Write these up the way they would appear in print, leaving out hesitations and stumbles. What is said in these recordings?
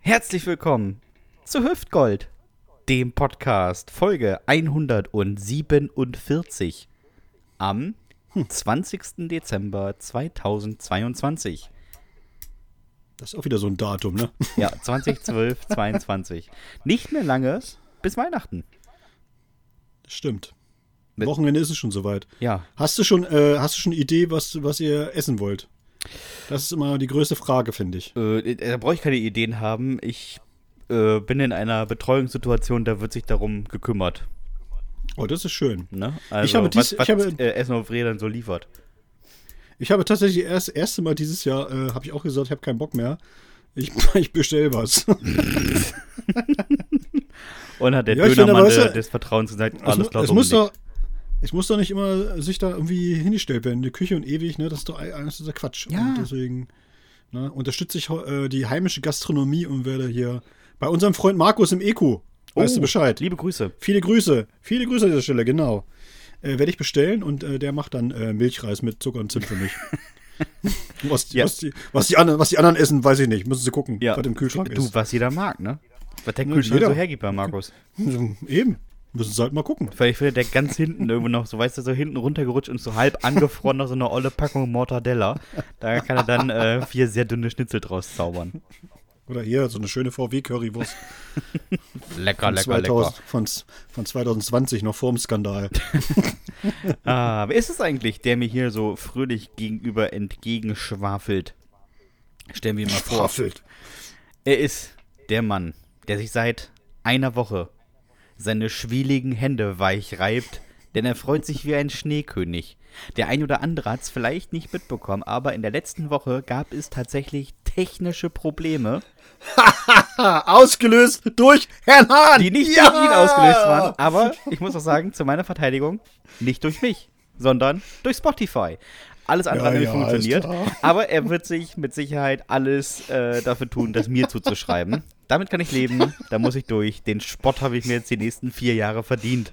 Herzlich willkommen zu Hüftgold, dem Podcast, Folge 147 am 20. Dezember 2022. Das ist auch wieder so ein Datum, ne? Ja, 2012-22. Nicht mehr lange bis Weihnachten. Das stimmt. Wochenende ist es schon soweit. Ja. Hast du schon eine Idee, was ihr essen wollt? Das ist immer die größte Frage, finde ich. Da brauche ich keine Ideen haben. Ich bin in einer Betreuungssituation, da wird sich darum gekümmert. Oh, das ist schön. Ne? Also, was Essen auf Rädern so liefert. Ich habe tatsächlich das erste Mal dieses Jahr, habe ich auch gesagt, ich habe keinen Bock mehr. Ich bestell was. Und hat der Dönermann des Vertrauens gesagt, alles klar, es muss doch nicht immer sich da irgendwie hingestellt werden in die Küche und ewig, ne? Das ist doch alles dieser Quatsch. Ja. Und deswegen unterstütze ich die heimische Gastronomie und werde hier bei unserem Freund Markus im EQ, weißt du Bescheid. Liebe Grüße. Viele Grüße an dieser Stelle, genau. Werde ich bestellen und der macht dann Milchreis mit Zucker und Zimt für mich. Was die anderen essen, weiß ich nicht. Müssen sie gucken, was im Kühlschrank ist. Du, was jeder mag, ne? Was der Kühlschrank so hergibt bei Markus. Eben. Müssen sie halt mal gucken. Vielleicht findet der ganz hinten irgendwo noch, so weißt du, so hinten runtergerutscht und so halb angefroren noch so eine olle Packung Mortadella. Da kann er dann 4 sehr dünne Schnitzel draus zaubern. Oder hier, so eine schöne VW-Currywurst. Lecker. Von 2020, noch vor dem Skandal. Wer ist es eigentlich, der mir hier so fröhlich gegenüber entgegenschwafelt? Stellen wir ihn mal vor. Schwafelt. Er ist der Mann, der sich seit einer Woche seine schwieligen Hände weich reibt, denn er freut sich wie ein Schneekönig. Der ein oder andere hat es vielleicht nicht mitbekommen, aber in der letzten Woche gab es tatsächlich technische Probleme. Ausgelöst durch Herrn Hahn! Die nicht durch ihn ausgelöst waren, aber ich muss auch sagen, zu meiner Verteidigung, nicht durch mich, sondern durch Spotify. Alles andere hat nämlich funktioniert, aber er wird sich mit Sicherheit alles dafür tun, das mir zuzuschreiben. Damit kann ich leben, da muss ich durch. Den Spott habe ich mir jetzt die nächsten 4 Jahre verdient.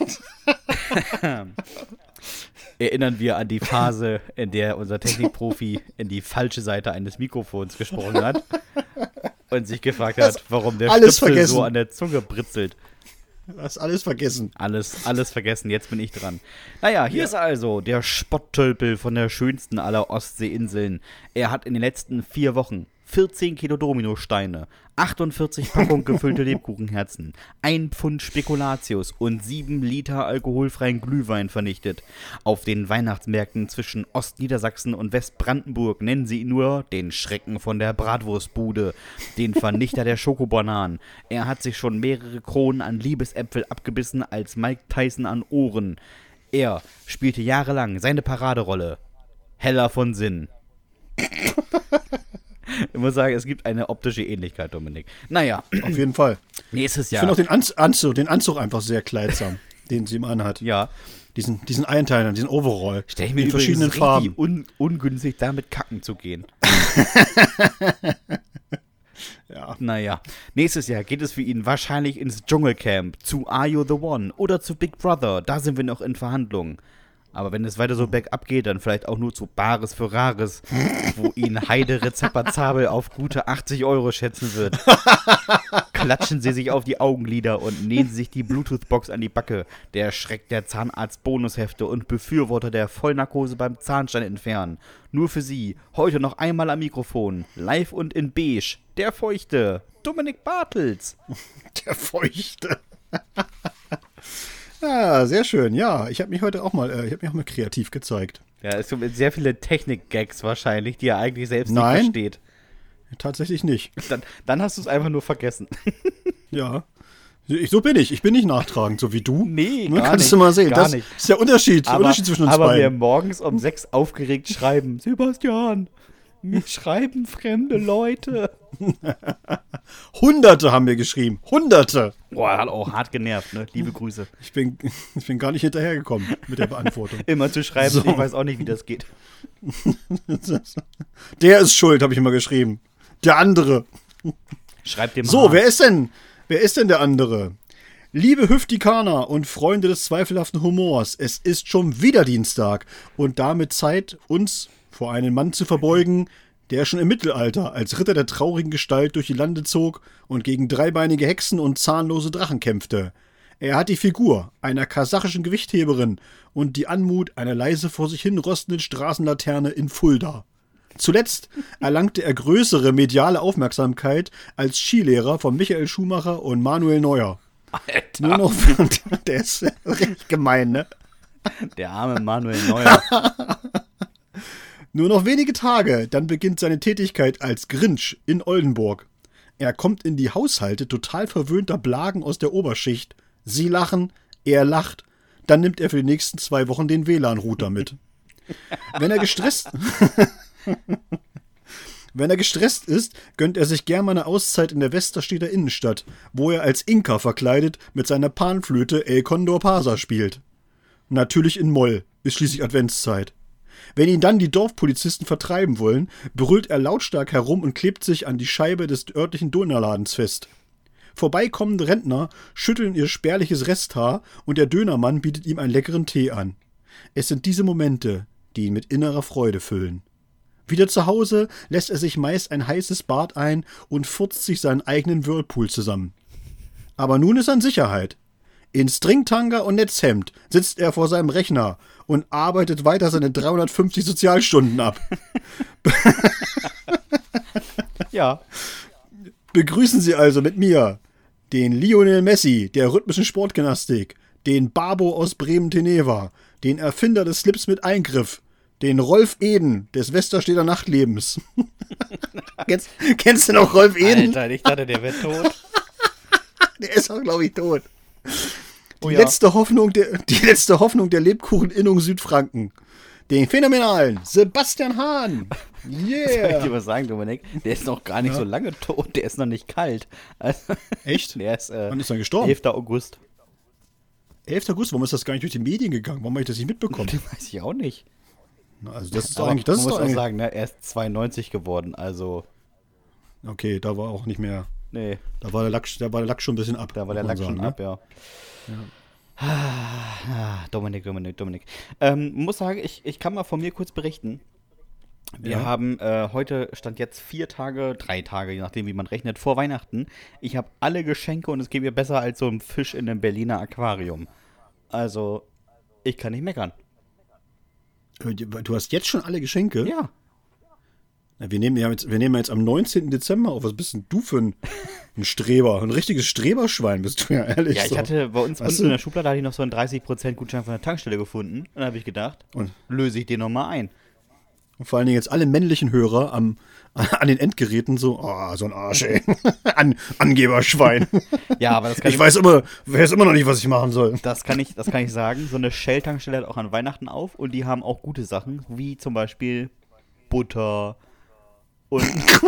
Erinnern wir an die Phase, in der unser Technikprofi in die falsche Seite eines Mikrofons gesprochen hat und sich gefragt hat, warum der Stöpsel so an der Zunge britzelt. Du hast alles vergessen. Alles vergessen, jetzt bin ich dran. Naja, hier ist also der Spotttölpel von der schönsten aller Ostseeinseln. Er hat in den letzten 4 Wochen 14 Kilo Dominosteine, 48 Packungen gefüllte Lebkuchenherzen, 1 Pfund Spekulatius und 7 Liter alkoholfreien Glühwein vernichtet. Auf den Weihnachtsmärkten zwischen Ostniedersachsen und Westbrandenburg nennen sie ihn nur den Schrecken von der Bratwurstbude, den Vernichter der Schokobananen. Er hat sich schon mehrere Kronen an Liebesäpfel abgebissen als Mike Tyson an Ohren. Er spielte jahrelang seine Paraderolle. Heller von Sinn. Ich muss sagen, es gibt eine optische Ähnlichkeit, Dominik. Naja. Auf jeden Fall. Nächstes Jahr. Ich finde auch den Anzug einfach sehr kleidsam, den sie ihm anhat. Ja. Diesen Einteiler, diesen Overall. Stell ich mir in verschiedenen Farben. Ungünstig, damit kacken zu gehen. Ja. Naja. Nächstes Jahr geht es für ihn wahrscheinlich ins Dschungelcamp, zu Are You The One oder zu Big Brother. Da sind wir noch in Verhandlungen. Aber wenn es weiter so bergab geht, dann vielleicht auch nur zu Bares für Rares, wo ihn Heide Rezapazabel auf gute 80 € schätzen wird. Klatschen sie sich auf die Augenlider und nähen sich die Bluetooth-Box an die Backe. Der Schreck der Zahnarzt-Bonushefte und Befürworter der Vollnarkose beim Zahnstein entfernen. Nur für Sie, heute noch einmal am Mikrofon, live und in beige, der Feuchte, Dominik Bartels. Der Feuchte. Ja, sehr schön. Ja, ich habe mich heute auch mal, kreativ gezeigt. Ja, es gibt sehr viele Technik-Gags wahrscheinlich, die er eigentlich selbst nicht versteht. Tatsächlich nicht. Dann hast du es einfach nur vergessen. Ja. So bin ich. Ich bin nicht nachtragend, so wie du. Nee, gar kannst nicht. Du mal sehen. Das ist der Unterschied zwischen uns beiden. Aber wir morgens um 6 aufgeregt schreiben, Sebastian, mich schreiben fremde Leute. Hunderte haben wir geschrieben. Hunderte. Boah, hat auch hart genervt, ne? Liebe Grüße. Ich bin gar nicht hinterhergekommen mit der Beantwortung. Immer zu schreiben, so. Ich weiß auch nicht, wie das geht. Der ist schuld, habe ich immer geschrieben. Der andere. Schreib dem So, wer ist denn der andere? Liebe Hüftikaner und Freunde des zweifelhaften Humors, es ist schon wieder Dienstag und damit Zeit, uns vor einen Mann zu verbeugen, der schon im Mittelalter als Ritter der traurigen Gestalt durch die Lande zog und gegen dreibeinige Hexen und zahnlose Drachen kämpfte. Er hat die Figur einer kasachischen Gewichtheberin und die Anmut einer leise vor sich hin rostenden Straßenlaterne in Fulda. Zuletzt erlangte er größere mediale Aufmerksamkeit als Skilehrer von Michael Schumacher und Manuel Neuer. Alter. Nur noch, der ist recht gemein, ne? Der arme Manuel Neuer. Nur noch wenige Tage, dann beginnt seine Tätigkeit als Grinch in Oldenburg. Er kommt in die Haushalte total verwöhnter Blagen aus der Oberschicht. Sie lachen, er lacht, dann nimmt er für die nächsten 2 Wochen den WLAN-Router mit. Wenn er gestresst ist, gönnt er sich gern mal eine Auszeit in der Westerstedter Innenstadt, wo er als Inka verkleidet mit seiner Panflöte El Condor Pasa spielt. Natürlich in Moll, ist schließlich Adventszeit. Wenn ihn dann die Dorfpolizisten vertreiben wollen, brüllt er lautstark herum und klebt sich an die Scheibe des örtlichen Dönerladens fest. Vorbeikommende Rentner schütteln ihr spärliches Resthaar und der Dönermann bietet ihm einen leckeren Tee an. Es sind diese Momente, die ihn mit innerer Freude füllen. Wieder zu Hause lässt er sich meist ein heißes Bad ein und furzt sich seinen eigenen Whirlpool zusammen. Aber nun ist er in Sicherheit. In Stringtanga und Netzhemd sitzt er vor seinem Rechner und arbeitet weiter seine 350 Sozialstunden ab. Ja. Begrüßen Sie also mit mir den Lionel Messi der rhythmischen Sportgymnastik, den Babo aus Bremen-Teneva, den Erfinder des Slips mit Eingriff, den Rolf Eden des Westerstedter Nachtlebens. Kennst du noch Rolf Eden? Alter, ich dachte, der wäre tot. Der ist auch, glaube ich, tot. Oh Die ja. letzte Hoffnung der Lebkucheninnung Südfranken. Den phänomenalen Sebastian Hahn. Soll ich Yeah. dir was sagen, Dominik? Der ist noch gar nicht so lange tot, der ist noch nicht kalt. Also, Echt? der ist Wann ist er gestorben? 11. August. 11. August, warum ist das gar nicht durch die Medien gegangen? Warum habe ich das nicht mitbekommen? Weiß ich auch nicht. Na, also das ist Aber eigentlich, das man ist muss doch auch eigentlich, sagen, ne, er ist 92 geworden, also okay, da war auch nicht mehr, nee, da war der Lack schon ein bisschen ab. da war der muss man Lack schon sagen, ab, ja. Dominik. Muss sagen, ich kann mal von mir kurz berichten. Wir Ja. haben heute, stand jetzt 3 Tage, je nachdem wie man rechnet, vor Weihnachten. Ich habe alle Geschenke und es geht mir besser als so ein Fisch in einem Berliner Aquarium. Also, ich kann nicht meckern. Du hast jetzt schon alle Geschenke? Ja. Na, wir nehmen jetzt am 19. Dezember auf. Was bist denn du für ein Streber? Ein richtiges Streberschwein bist du ja, ehrlich. Ja, ich so. hatte bei uns Weißt unten du? in der Schublade hatte ich noch so einen 30% Gutschein von der Tankstelle gefunden. Und dann habe ich gedacht, Und- löse ich den nochmal ein. Und vor allen Dingen jetzt alle männlichen Hörer an den Endgeräten so, so ein Arsch, ey. Angeberschwein. Ja, aber das kann Ich weiß immer noch nicht, was ich machen soll. Das kann ich sagen. So eine Shell-Tankstelle hat auch an Weihnachten auf und die haben auch gute Sachen, wie zum Beispiel Butter und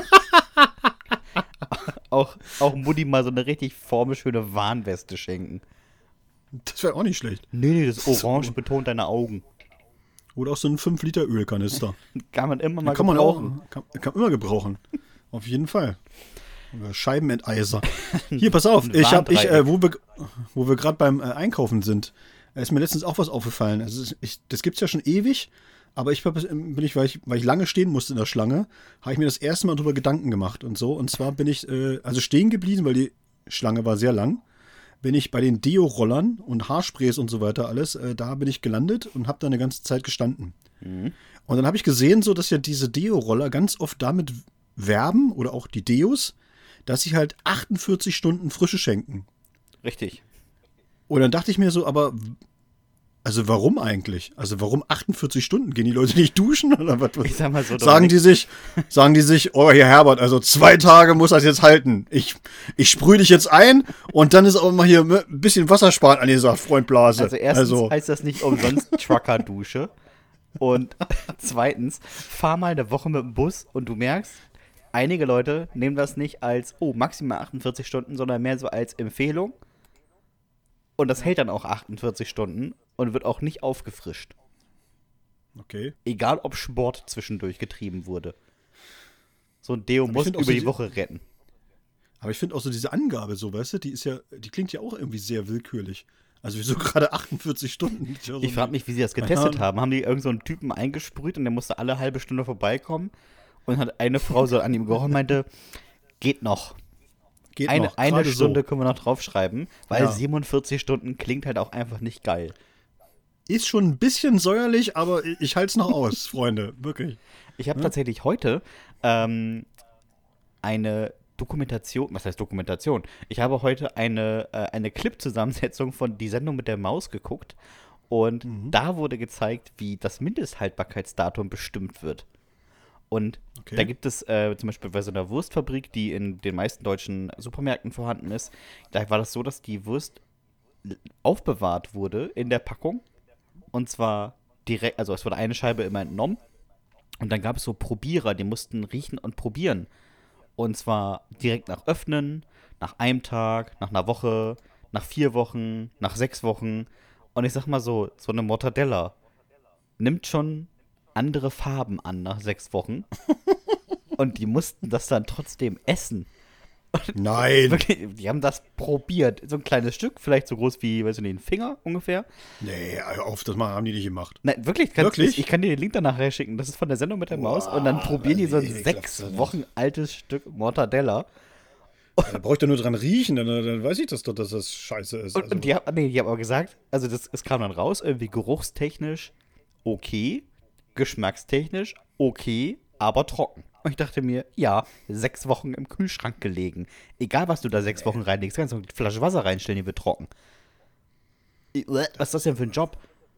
auch Mutti mal so eine richtig formelschöne Warnweste schenken. Das wäre auch nicht schlecht. Nee, das Orange betont deine Augen. Oder auch so ein 5 Liter Ölkanister. Kann man immer mal Kann man gebrauchen. auch, kann immer gebrauchen. Auf jeden Fall. Oder Scheibenenteiser. Hier, pass auf. Wo wir gerade beim Einkaufen sind, ist mir letztens auch was aufgefallen. Also das gibt's ja schon ewig, aber weil ich lange stehen musste in der Schlange, habe ich mir das erste Mal darüber Gedanken gemacht und so. Und zwar bin ich stehen geblieben, weil die Schlange war sehr lang. Bin ich bei den Deo-Rollern und Haarsprays und so weiter alles, da bin ich gelandet und habe da eine ganze Zeit gestanden. Mhm. Und dann habe ich gesehen, so dass ja diese Deo-Roller ganz oft damit werben, oder auch die Deos, dass sie halt 48 Stunden Frische schenken. Richtig. Und dann dachte ich mir so, aber also warum eigentlich? Also warum 48 Stunden? Gehen die Leute nicht duschen oder was? Ich sag mal so, Sagen die sich, oh Herr Herbert, also 2 Tage muss das jetzt halten. Ich sprühe dich jetzt ein und dann ist auch mal hier ein bisschen Wasser sparen angesagt, Freund Blase. Also erstens heißt das nicht umsonst Trucker-Dusche. Und zweitens, fahr mal eine Woche mit dem Bus und du merkst, einige Leute nehmen das nicht als, maximal 48 Stunden, sondern mehr so als Empfehlung. Und das hält dann auch 48 Stunden und wird auch nicht aufgefrischt. Okay. Egal, ob Sport zwischendurch getrieben wurde. So ein Deo Aber ich muss find auch über so die die- Woche retten. Aber ich finde auch so diese Angabe so, weißt du, die klingt ja auch irgendwie sehr willkürlich. Also wieso gerade 48 Stunden? Ja so Ich frage mich, wie sie das Keine getestet Ahnung. haben. Haben die irgend so einen Typen eingesprüht und der musste alle halbe Stunde vorbeikommen? Und hat eine Frau so an ihm gerochen und meinte, geht noch. Eine Stunde so. Können wir noch draufschreiben, weil 47 Stunden klingt halt auch einfach nicht geil. Ist schon ein bisschen säuerlich, aber ich halte es noch aus, Freunde, wirklich. Ich habe tatsächlich heute eine Dokumentation, was heißt Dokumentation? Ich habe heute eine Clip-Zusammensetzung von Die Sendung mit der Maus geguckt und da wurde gezeigt, wie das Mindesthaltbarkeitsdatum bestimmt wird. Und da gibt es zum Beispiel bei so einer Wurstfabrik, die in den meisten deutschen Supermärkten vorhanden ist, da war das so, dass die Wurst aufbewahrt wurde in der Packung. Und zwar direkt, also es wurde eine Scheibe immer entnommen. Und dann gab es so Probierer, die mussten riechen und probieren. Und zwar direkt nach Öffnen, nach einem Tag, nach einer Woche, nach 4 Wochen, nach 6 Wochen. Und ich sag mal so eine Mortadella nimmt schon andere Farben an nach 6 Wochen. Und die mussten das dann trotzdem essen. Nein. Wirklich, die haben das probiert. So ein kleines Stück, vielleicht so groß wie, weiß ich nicht, ein Finger ungefähr. Nee, das haben die nicht gemacht. Nein, wirklich? Ich kann dir den Link danach schicken. Das ist von der Sendung mit der Maus. Und dann probieren die so ein 6 Wochen altes Stück Mortadella. Da brauche ich doch nur dran riechen, dann weiß ich das doch, dass das scheiße ist. Und die haben aber gesagt, also es kam dann raus, irgendwie geruchstechnisch okay, geschmackstechnisch okay, aber trocken. Und ich dachte mir, 6 Wochen im Kühlschrank gelegen. Egal, was du da 6 Wochen reinlegst, kannst du eine Flasche Wasser reinstellen, die wird trocken. Was ist das denn für ein Job?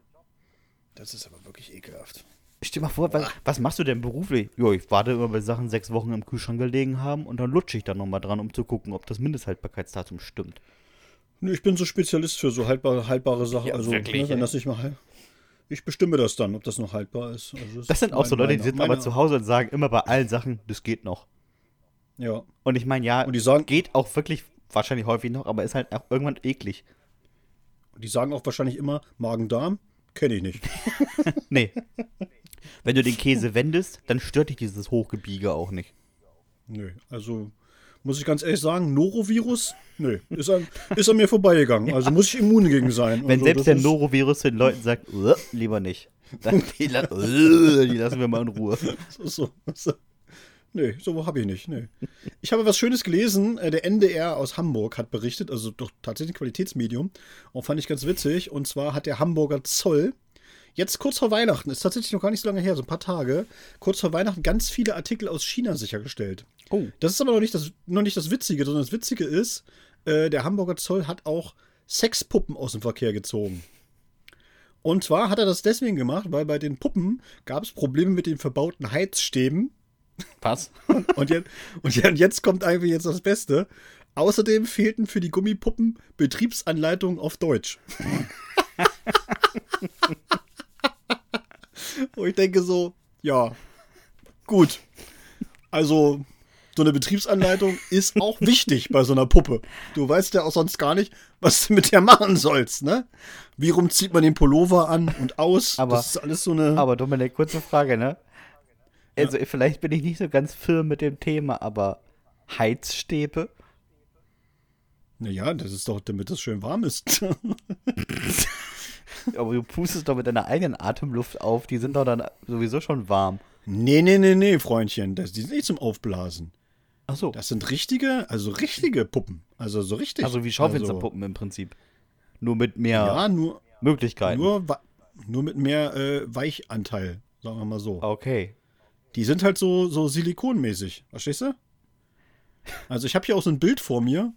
Das ist aber wirklich ekelhaft. Stell dir mal vor, was machst du denn beruflich? Jo, ich warte immer, bis Sachen 6 Wochen im Kühlschrank gelegen haben und dann lutsche ich dann nochmal dran, um zu gucken, ob das Mindesthaltbarkeitsdatum stimmt. Nee, ich bin so Spezialist für so haltbare Sachen. Ja, also, wirklich, wenn das nicht mal ich bestimme das dann, ob das noch haltbar ist. Also das sind auch so Leute, die sitzen aber zu Hause und sagen immer bei allen Sachen, das geht noch. Ja. Und ich meine, und die sagen, geht auch wirklich wahrscheinlich häufig noch, aber ist halt auch irgendwann eklig. Die sagen auch wahrscheinlich immer, Magen-Darm, kenne ich nicht. Nee. Wenn du den Käse wendest, dann stört dich dieses Hochgebiege auch nicht. Nö, also muss ich ganz ehrlich sagen, Norovirus, nö, ist an mir vorbeigegangen. Also muss ich immun gegen sein. Wenn also, selbst der Norovirus den Leuten sagt, lieber nicht, dann die lassen wir mal in Ruhe. So. Nee, so habe ich nicht. Nee. Ich habe was Schönes gelesen. Der NDR aus Hamburg hat berichtet, also doch tatsächlich ein Qualitätsmedium. Und fand ich ganz witzig. Und zwar hat der Hamburger Zoll jetzt kurz vor Weihnachten, ist tatsächlich noch gar nicht so lange her, so ein paar Tage, kurz vor Weihnachten ganz viele Artikel aus China sichergestellt. Oh. Das ist aber noch nicht das Witzige, sondern das Witzige ist, der Hamburger Zoll hat auch Sexpuppen aus dem Verkehr gezogen. Und zwar hat er das deswegen gemacht, weil bei den Puppen gab es Probleme mit den verbauten Heizstäben. Was? Und jetzt kommt eigentlich das Beste. Außerdem fehlten für die Gummipuppen Betriebsanleitungen auf Deutsch. Wo ich denke so, ja, gut. Also, so eine Betriebsanleitung ist auch wichtig bei so einer Puppe. Du weißt ja auch sonst gar nicht, was du mit der machen sollst, ne? Wie rum zieht man den Pullover an und aus? Das ist alles so eine... Aber Dominik, kurze Frage, ne? Also, vielleicht bin ich nicht so ganz firm mit dem Thema, aber Heizstäbe? Naja, das ist doch, damit das schön warm ist. Aber du pustest doch mit deiner eigenen Atemluft auf, die sind doch dann sowieso schon warm. Nee, Freundchen, die sind nicht zum Aufblasen. Ach so. Das sind richtige Puppen. Also so richtig. Also wie Schaufensterpuppen im Prinzip. Nur mit mehr Möglichkeiten. Nur mit mehr Weichanteil, sagen wir mal so. Okay. Die sind halt so silikonmäßig, verstehst du? Also ich habe hier auch so ein Bild vor mir.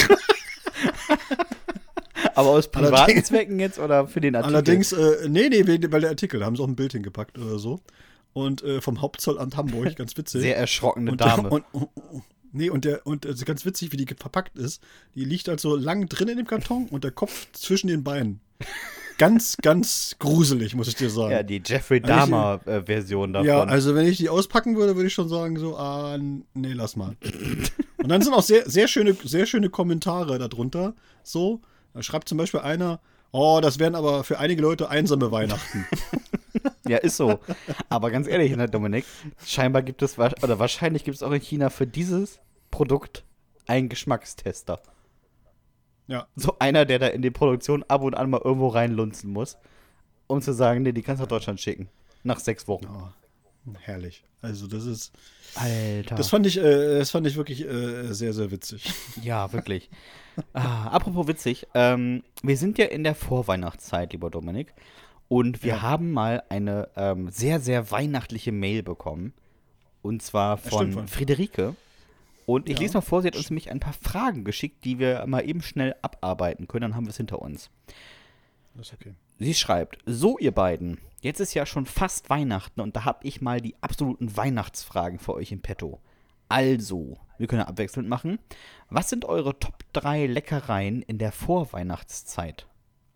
Aber aus privaten Zwecken jetzt oder für den Artikel? Allerdings, nee, weil der Artikel, da haben sie auch ein Bild hingepackt oder so. Und vom Hauptzollamt Hamburg, ganz witzig. Sehr erschrockene Dame. Und ganz witzig, wie die verpackt ist. Die liegt halt so lang drin in dem Karton und der Kopf zwischen den Beinen. Ganz, ganz gruselig, muss ich dir sagen. Ja, die Jeffrey Dahmer-Version davon. Ja, also wenn ich die auspacken würde, würde ich schon sagen so, nee, lass mal. Und dann sind auch sehr, sehr schöne Kommentare darunter. So, da schreibt zum Beispiel einer, das wären aber für einige Leute einsame Weihnachten. Ja, ist so. Aber ganz ehrlich, ne, Dominik, scheinbar gibt es, oder wahrscheinlich gibt es auch in China für dieses Produkt einen Geschmackstester. Ja. So einer, der da in die Produktion ab und an mal irgendwo reinlunzen muss, um zu sagen, nee, die kannst du nach Deutschland schicken. Nach 6 Wochen. Herrlich. Also das ist... Alter. Das fand ich wirklich sehr, sehr witzig. Ja, wirklich. Apropos witzig, wir sind ja in der Vorweihnachtszeit, lieber Dominik. Und wir haben mal eine sehr, sehr weihnachtliche Mail bekommen. Und zwar von Friederike. Und ich lese mal vor, sie hat uns nämlich ein paar Fragen geschickt, die wir mal eben schnell abarbeiten können. Dann haben wir es hinter uns. Das ist okay. Sie schreibt, so ihr beiden, jetzt ist ja schon fast Weihnachten und da habe ich mal die absoluten Weihnachtsfragen für euch im Petto. Also, wir können ja abwechselnd machen. Was sind eure Top 3 Leckereien in der Vorweihnachtszeit?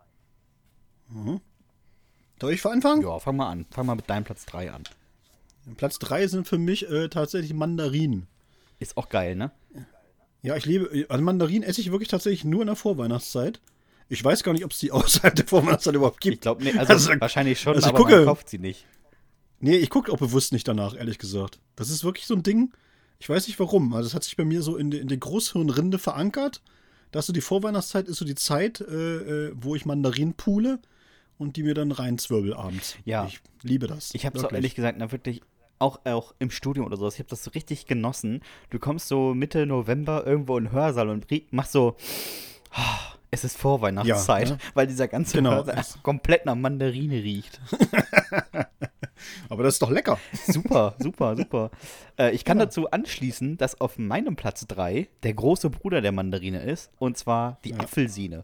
Soll ich anfangen? Ja, fang mal an. Fang mal mit deinem Platz 3 an. Platz 3 sind für mich tatsächlich Mandarinen. Ist auch geil, ne? Ja, also Mandarinen esse ich wirklich tatsächlich nur in der Vorweihnachtszeit. Ich weiß gar nicht, ob es die außerhalb der Vorweihnachtszeit überhaupt gibt. Ich glaube, nee, also wahrscheinlich schon, aber man kauft sie nicht. Nee, ich gucke auch bewusst nicht danach, ehrlich gesagt. Das ist wirklich so ein Ding, ich weiß nicht warum. Also es hat sich bei mir so in die Großhirnrinde verankert, dass so die Vorweihnachtszeit ist so die Zeit, wo ich Mandarinen pule und die mir dann reinzwirbel abends. Ja. Ich liebe das. Ich habe es auch ehrlich gesagt, wirklich auch im Studium oder sowas, ich habe das so richtig genossen. Du kommst so Mitte November irgendwo in den Hörsaal und machst so, es ist Vorweihnachtszeit, weil dieser ganze Hörsaal komplett nach Mandarine riecht. Aber das ist doch lecker. Super, super, super. Ich kann dazu anschließen, dass auf meinem Platz 3 der große Bruder der Mandarine ist, und zwar die Apfelsine.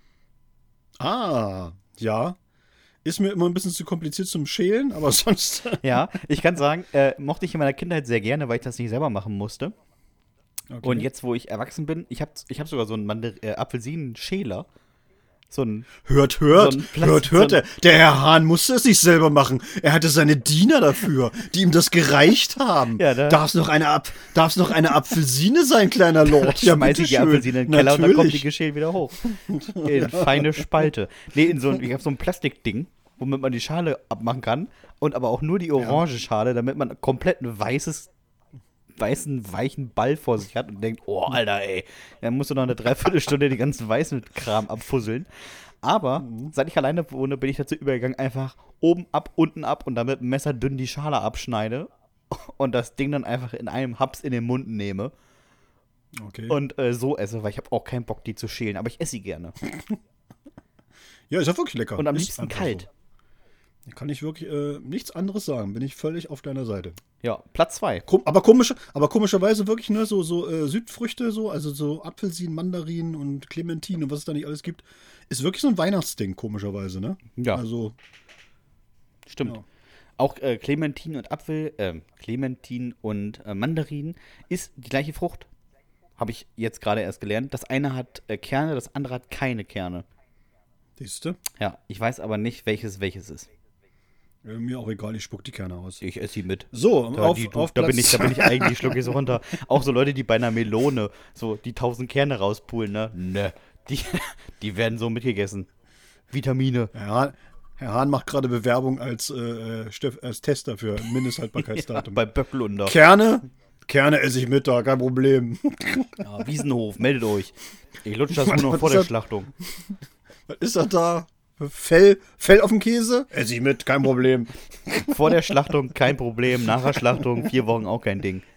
Ah, ja. Ist mir immer ein bisschen zu kompliziert zum Schälen, aber sonst... Ja, ich kann sagen, mochte ich in meiner Kindheit sehr gerne, weil ich das nicht selber machen musste. Okay. Und jetzt, wo ich erwachsen bin, ich hab sogar so einen Apfelsinenschäler. So ein Hört, der Herr Hahn musste es nicht selber machen. Er hatte seine Diener dafür, die ihm das gereicht haben. Ja, darf's noch eine Apfelsine sein, kleiner Lord? Ja, schmeiß ich die Apfelsine in den Keller und dann kommt die Geschäl wieder hoch. In feine Spalte. Nee, ich habe so ein Plastikding, womit man die Schale abmachen kann. Und aber auch nur die orange Schale, damit man komplett ein weißen, weichen Ball vor sich hat und denkt, oh, Alter, ey, dann musst du noch eine Dreiviertelstunde die ganzen weißen Kram abfusseln. Aber seit ich alleine wohne, bin ich dazu übergegangen, einfach oben ab, unten ab und dann mit dem Messer dünn die Schale abschneide und das Ding dann einfach in einem Haps in den Mund nehme. Okay. Und so esse, weil ich habe auch keinen Bock, die zu schälen, aber ich esse sie gerne. Ja, ist ja wirklich lecker. Und am liebsten kalt. So. Kann ich wirklich nichts anderes sagen. Bin ich völlig auf deiner Seite. Ja, Platz 2. Aber komischerweise wirklich nur so Südfrüchte, also so Apfelsinen, Mandarinen und Clementinen und was es da nicht alles gibt, ist wirklich so ein Weihnachtsding, komischerweise, ne? Ja. Also. Stimmt. Ja. Auch Clementinen und Mandarinen ist die gleiche Frucht. Habe ich jetzt gerade erst gelernt. Das eine hat Kerne, das andere hat keine Kerne. Siehst du? Ja, ich weiß aber nicht, welches ist. Mir auch egal, ich spuck die Kerne aus. Ich esse sie mit. So, da bin ich eigentlich, schlucke ich so runter. Auch so Leute, die bei einer Melone so die 1000 Kerne rauspulen, ne? Ne, die werden so mitgegessen. Vitamine. Herr Hahn macht gerade Bewerbung als Tester für Mindesthaltbarkeitsdatum. Bei Böcklunder. Kerne esse ich mit da, kein Problem. Ja, Wiesenhof, meldet euch. Ich lutsche das nur noch vor der Schlachtung. Was ist das da? Fell auf dem Käse? Esse ich mit, kein Problem. Vor der Schlachtung kein Problem, nach der Schlachtung 4 Wochen auch kein Ding.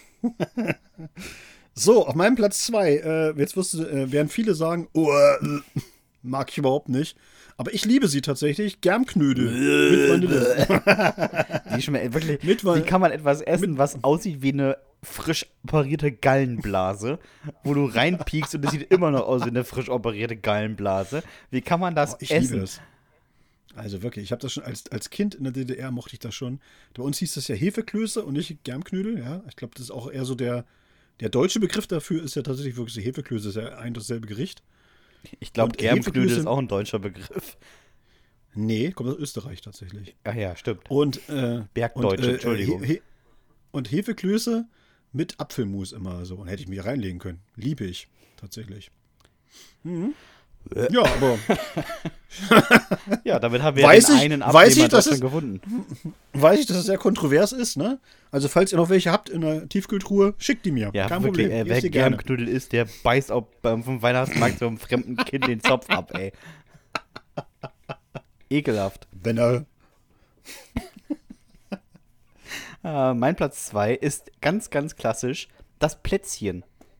So, auf meinem Platz 2, jetzt werden viele sagen, mag ich überhaupt nicht. Aber ich liebe sie tatsächlich, Germknödel mit Vanille. Wie kann man etwas essen, was aussieht wie eine frisch operierte Gallenblase, wo du reinpiekst und es sieht immer noch aus wie eine frisch operierte Gallenblase. Wie kann man das essen? Ich liebe das. Also wirklich, ich habe das schon als Kind in der DDR mochte ich das schon. Bei uns hieß das ja Hefeklöße und nicht Germknödel, ja. Ich glaube, das ist auch eher so der deutsche Begriff dafür ist ja tatsächlich wirklich so Hefeklöße, ist ja ein dasselbe Gericht. Ich glaube, Germknödel ist auch ein deutscher Begriff. Nee, kommt aus Österreich tatsächlich. Ach ja, stimmt. Und Bergdeutsche, Entschuldigung. Und Hefeklöße mit Apfelmus immer so. Und hätte ich mich reinlegen können. Liebe ich, tatsächlich. Mhm. Ja, aber. Ja, damit haben wir einen Abnehmer Deutschland gefunden. Weiß ich, dass es sehr kontrovers ist, ne? Also, falls ihr noch welche habt in der Tiefkühltruhe, schickt die mir. Ja, kein wirklich, Problem. Wer Germknödel isst, der beißt auch vom Weihnachtsmarkt so einem fremden Kind den Zopf ab, ey. Ekelhaft. Wenn er. Mein Platz 2 ist ganz, ganz klassisch das Plätzchen.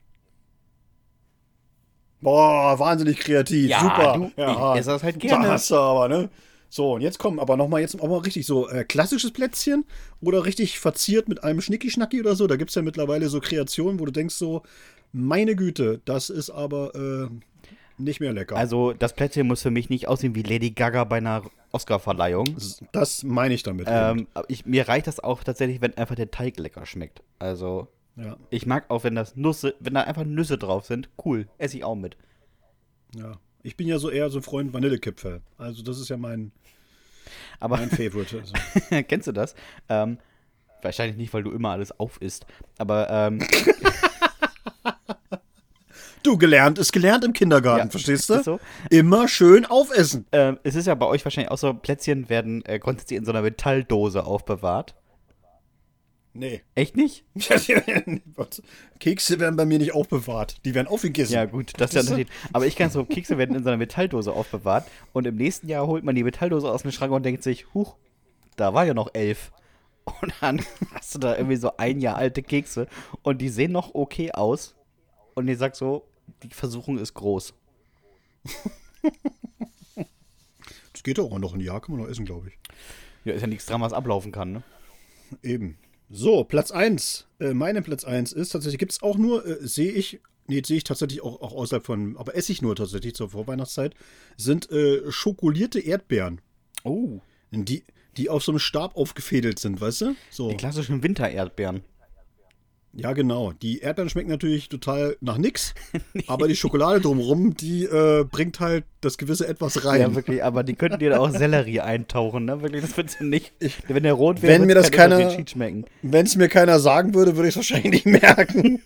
Boah, wahnsinnig kreativ. Ja, super. Ich esse das halt gerne. Da hast du aber, ne? So, und jetzt kommen aber nochmal, jetzt aber richtig so klassisches Plätzchen oder richtig verziert mit einem Schnicki-Schnacki oder so. Da gibt es ja mittlerweile so Kreationen, wo du denkst so, meine Güte, das ist aber nicht mehr lecker. Also das Plätzchen muss für mich nicht aussehen wie Lady Gaga bei einer Oscar-Verleihung. Das meine ich damit. Mir reicht das auch tatsächlich, wenn einfach der Teig lecker schmeckt. Also ja. Ich mag auch, wenn da einfach Nüsse drauf sind. Cool, esse ich auch mit. Ja, ich bin ja so eher so ein Freund Vanillekipferl. Also das ist ja mein Favorite. Also. Kennst du das? Wahrscheinlich nicht, weil du immer alles aufisst. Aber Du, gelernt ist gelernt im Kindergarten, ja, verstehst du? So. Immer schön aufessen. Es ist ja bei euch wahrscheinlich auch so, Plätzchen werden grundsätzlich in so einer Metalldose aufbewahrt. Nee. Echt nicht? Kekse werden bei mir nicht aufbewahrt. Die werden aufgegessen. Ja gut, das ist ja Unterschied. Aber ich kann so, Kekse werden in so einer Metalldose aufbewahrt und im nächsten Jahr holt man die Metalldose aus dem Schrank und denkt sich, huch, da war ja noch 11. Und dann hast du da irgendwie so ein Jahr alte Kekse und die sehen noch okay aus. Und ich sag so, die Versuchung ist groß. Das geht doch auch noch ein Jahr, kann man noch essen, glaube ich. Ja, ist ja nichts dran, was ablaufen kann, ne? Eben. So, Platz 1. Meine Platz 1 ist tatsächlich, gibt es auch nur, sehe ich tatsächlich auch außerhalb von, aber esse ich nur tatsächlich zur Vorweihnachtszeit, sind schokolierte Erdbeeren. Oh. Die auf so einem Stab aufgefädelt sind, weißt du? So. Die klassischen Wintererdbeeren. Ja, genau. Die Erdbeeren schmecken natürlich total nach nix, aber die Schokolade drumherum, die bringt halt das gewisse Etwas rein. Ja, wirklich, aber die könnten dir da auch Sellerie eintauchen, ne? Wirklich, das würdest du nicht. Wenn der rot wäre, würde es keiner schmecken. Wenn es mir keiner sagen würde, würde ich es wahrscheinlich nicht merken.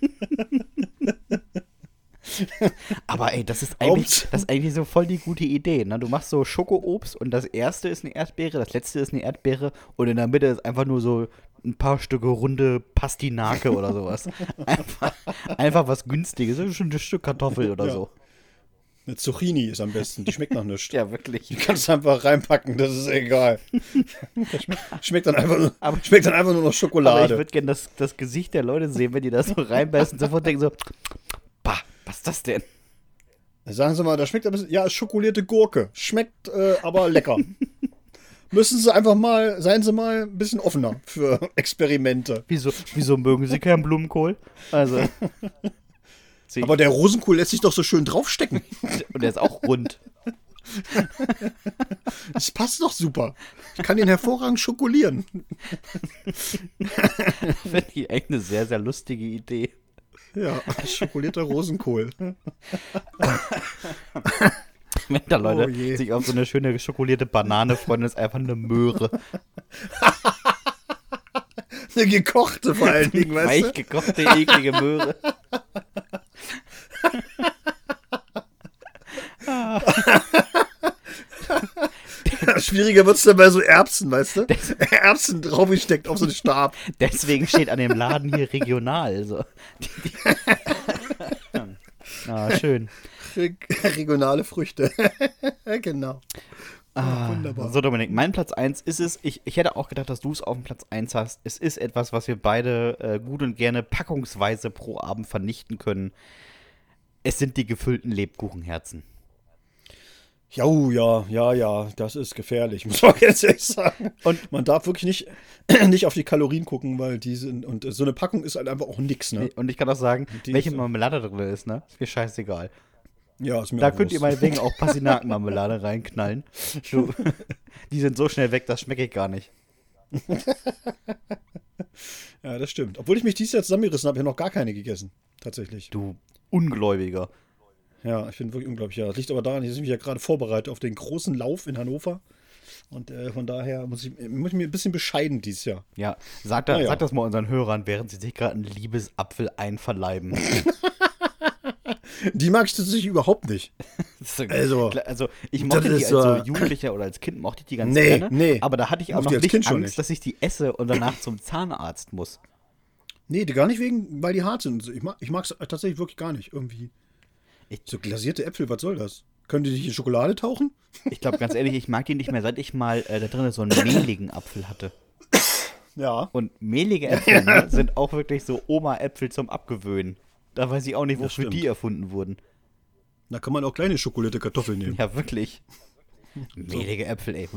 Aber ey, das ist eigentlich so voll die gute Idee, ne? Du machst so Schokoobst und das erste ist eine Erdbeere, das letzte ist eine Erdbeere und in der Mitte ist einfach nur so ein paar Stücke runde Pastinake oder sowas. Einfach was Günstiges, ein Stück Kartoffel oder so. Eine Zucchini ist am besten, die schmeckt nach nichts. Ja, wirklich. Die kannst du einfach reinpacken, das ist egal. Schmeckt dann einfach nur noch Schokolade. Aber ich würde gerne das Gesicht der Leute sehen, wenn die das so reinbeißen und sofort denken so, bah, was ist das denn? Sagen Sie mal, da schmeckt ein bisschen, ja, schokolierte Gurke. Schmeckt aber lecker. Seien Sie mal ein bisschen offener für Experimente. Wieso mögen Sie keinen Blumenkohl? Also. Aber der Rosenkohl lässt sich doch so schön draufstecken. Und der ist auch rund. Das passt doch super. Ich kann den hervorragend schokolieren. Finde ich echt eine sehr, sehr lustige Idee. Ja, schokolierter Rosenkohl. Wenn da Leute sich auf so eine schöne schokolierte Banane freuen, ist einfach eine Möhre. Eine gekochte vor allen Dingen, weißt du? Weich gekochte, eklige Möhre. Schwieriger wird es dann bei so Erbsen, weißt du? Erbsen draufgesteckt auf so einen Stab. Deswegen steht an dem Laden hier regional. So. Schön. Regionale Früchte. Genau. Wunderbar. So, Dominik, mein Platz 1 ist es. Ich hätte auch gedacht, dass du es auf dem Platz 1 hast. Es ist etwas, was wir beide gut und gerne packungsweise pro Abend vernichten können. Es sind die gefüllten Lebkuchenherzen. Ja, das ist gefährlich, muss man jetzt ehrlich sagen. Und man darf wirklich nicht auf die Kalorien gucken, weil die sind, und so eine Packung ist halt einfach auch nix, ne? Und ich kann auch sagen, welche Marmelade drin ist, ne? Ist mir scheißegal. Ja, ist mir da könnt ihr meinetwegen auch Pastinakenmarmelade reinknallen. Die sind so schnell weg, das schmecke ich gar nicht. Ja, das stimmt. Obwohl ich mich dieses Jahr zusammengerissen habe, habe ich noch gar keine gegessen. Tatsächlich. Du Ungläubiger. Ja, ich bin wirklich unglaublich. Ja, das liegt aber daran, dass ich mich ja gerade vorbereite auf den großen Lauf in Hannover. Und von daher muss ich mir ein bisschen bescheiden dieses Jahr. Ja, sag das mal unseren Hörern, während sie sich gerade einen Liebesapfel einverleiben. Die mag ich tatsächlich überhaupt nicht. Also ich mochte die als Jugendlicher oder als Kind mochte ich die ganz gerne. Nee. Aber da hatte ich auch noch nicht Angst, dass ich die esse und danach zum Zahnarzt muss. Nee, gar nicht weil die hart sind. Ich mag es tatsächlich wirklich gar nicht. Irgendwie. So glasierte Äpfel, was soll das? Können die sich in Schokolade tauchen? Ich glaube, ganz ehrlich, ich mag die nicht mehr, seit ich mal da drin so einen mehligen Apfel hatte. Ja. Und mehlige Äpfel ne, sind auch wirklich so Oma-Äpfel zum Abgewöhnen. Da weiß ich auch nicht, wofür die erfunden wurden. Da kann man auch kleine Schokolierte Kartoffeln nehmen. Ja, wirklich. Mehlige Äpfel, ey.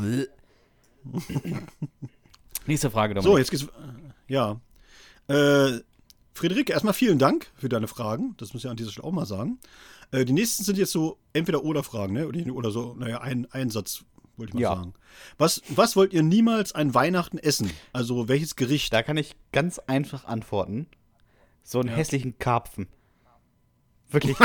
Nächste Frage, Dominik. So, jetzt geht's. Ja. Friederike, erstmal vielen Dank für deine Fragen. Das muss ich an dieser Stelle auch mal sagen. Die nächsten sind jetzt so Entweder-Oder-Fragen, ne? Oder so, naja, ein Satz, wollte ich mal sagen. Was wollt ihr niemals an Weihnachten essen? Also, welches Gericht? Da kann ich ganz einfach antworten. So einen hässlichen Karpfen. Wirklich.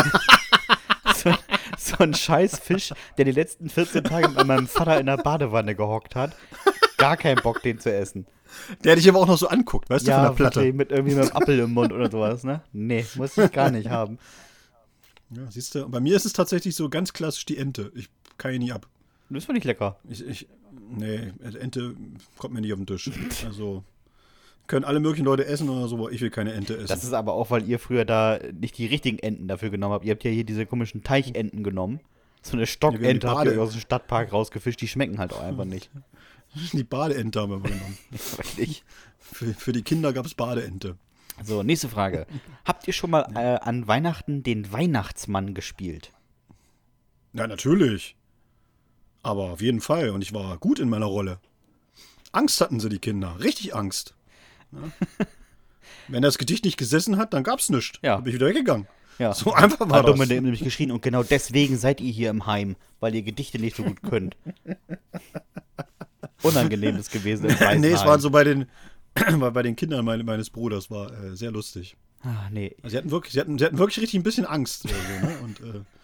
so ein scheiß Fisch, der die letzten 14 Tage mit meinem Vater in der Badewanne gehockt hat. Gar keinen Bock, den zu essen. Der dich aber auch noch so anguckt, weißt du, von der Platte. Wirklich, mit irgendwie einem Apfel im Mund oder sowas, ne? Nee, muss ich gar nicht haben. Ja, siehst du, bei mir ist es tatsächlich so ganz klassisch die Ente. Ich kann die nie ab. Das finde ich lecker. Nee, Ente kommt mir nicht auf den Tisch. Also, können alle möglichen Leute essen oder so, aber ich will keine Ente essen. Das ist aber auch, weil ihr früher da nicht die richtigen Enten dafür genommen habt. Ihr habt ja hier diese komischen Teichenten genommen. So eine Stockente habt ihr aus dem Stadtpark rausgefischt. Die schmecken halt auch einfach nicht. Die Badeente haben wir genommen. Wirklich. Für die Kinder gab es Badeente. So, nächste Frage. Habt ihr schon mal an Weihnachten den Weihnachtsmann gespielt? Ja, natürlich. Aber auf jeden Fall. Und ich war gut in meiner Rolle. Angst hatten sie, die Kinder. Richtig Angst. Ja. Wenn das Gedicht nicht gesessen hat, dann gab's nichts. Ja. Dann bin ich wieder weggegangen. Ja. So einfach war das. Hat nämlich geschrien und genau deswegen seid ihr hier im Heim, weil ihr Gedichte nicht so gut könnt. Unangenehm ist gewesen. Nee, es waren so bei den Kindern meines Bruders, war sehr lustig. Ah, nee. Also sie hatten wirklich richtig ein bisschen Angst. So, ne? Und,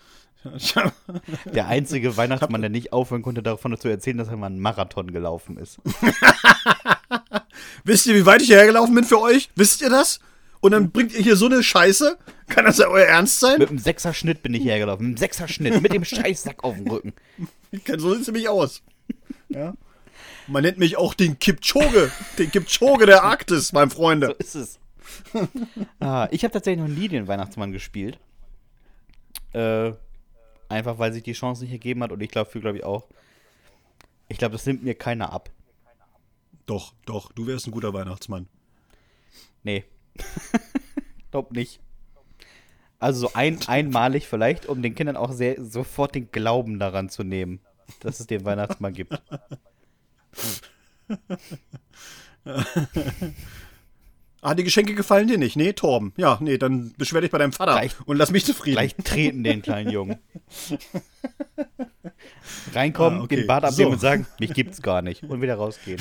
der einzige Weihnachtsmann, der nicht aufhören konnte, davon zu erzählen, dass er mal einen Marathon gelaufen ist. Wisst ihr, wie weit ich hierher gelaufen bin für euch? Wisst ihr das? Und dann bringt ihr hier so eine Scheiße? Kann das ja euer Ernst sein? Mit einem 6er-Schnitt bin ich hergelaufen. Mit einem 6er-Schnitt, mit dem Scheißsack auf dem Rücken. So sieht es nämlich aus. Ja. Man nennt mich auch den Kipchoge. Den Kipchoge der Arktis, mein Freunde. So ist es. Ich habe tatsächlich noch nie den Weihnachtsmann gespielt. Einfach, weil sich die Chance nicht ergeben hat. Und ich glaube ich auch. Ich glaube, das nimmt mir keiner ab. Doch, du wärst ein guter Weihnachtsmann. Nee. Glaub nicht. Also so einmalig vielleicht, um den Kindern auch sofort den Glauben daran zu nehmen, dass es den Weihnachtsmann gibt. Die Geschenke gefallen dir nicht? Nee, Torben. Ja, nee, dann beschwer dich bei deinem Vater und lass mich zufrieden. Gleich treten den kleinen Jungen. Reinkommen, okay. Den Bart abnehmen und sagen, mich gibt's gar nicht. Und wieder rausgehen.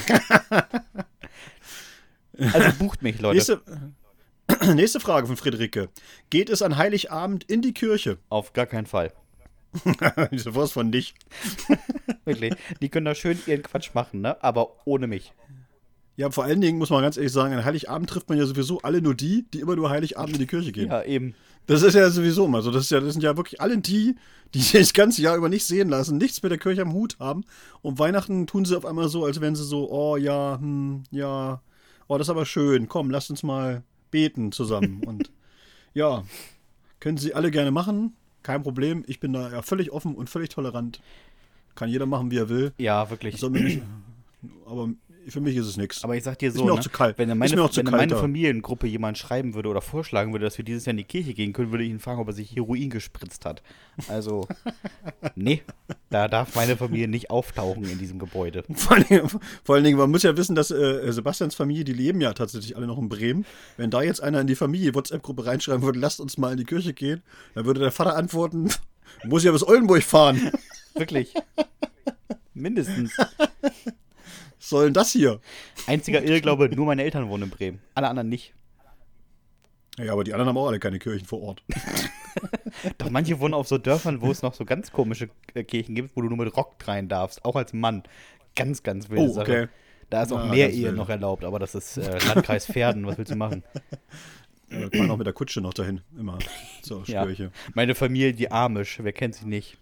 Also bucht mich, Leute. Nächste Frage von Friederike. Geht es an Heiligabend in die Kirche? Auf gar keinen Fall. Sowas von nicht. Wirklich. Die können da schön ihren Quatsch machen, ne? Aber ohne mich. Ja, vor allen Dingen muss man ganz ehrlich sagen, an Heiligabend trifft man ja sowieso alle nur die immer nur Heiligabend in die Kirche gehen. Ja, eben. Das ist ja sowieso mal so. Das sind ja wirklich alle die sich das ganze Jahr über nicht sehen lassen, nichts mit der Kirche am Hut haben. Und Weihnachten tun sie auf einmal so, als wenn sie so, oh ja, ja, oh, das ist aber schön. Komm, lasst uns mal beten zusammen. Und ja, können sie alle gerne machen. Kein Problem. Ich bin da ja völlig offen und völlig tolerant. Kann jeder machen, wie er will. Ja, wirklich. Aber für mich ist es nichts. Aber ich sag dir so, ist mir auch zu kalt. Wenn meine Familiengruppe jemand schreiben würde oder vorschlagen würde, dass wir dieses Jahr in die Kirche gehen können, würde ich ihn fragen, ob er sich Heroin gespritzt hat. Also, nee, da darf meine Familie nicht auftauchen in diesem Gebäude. Vor allen Dingen, man muss ja wissen, dass Sebastians Familie, die leben ja tatsächlich alle noch in Bremen. Wenn da jetzt einer in die Familie-WhatsApp-Gruppe reinschreiben würde, lasst uns mal in die Kirche gehen, dann würde der Vater antworten, muss ja bis Oldenburg fahren. Wirklich. Mindestens. Was soll denn das hier? Einziger Irrglaube, nur meine Eltern wohnen in Bremen. Alle anderen nicht. Ja, aber die anderen haben auch alle keine Kirchen vor Ort. Doch manche wohnen auf so Dörfern, wo es noch so ganz komische Kirchen gibt, wo du nur mit Rock rein darfst, auch als Mann. Ganz, ganz wilde Sache. Okay. Da ist auch mehr Ehe noch erlaubt, aber das ist Landkreis Verden, was willst du machen? Wir fahren auch mit der Kutsche noch dahin, immer zur Kirche. Meine Familie, die Amish, wer kennt sie nicht?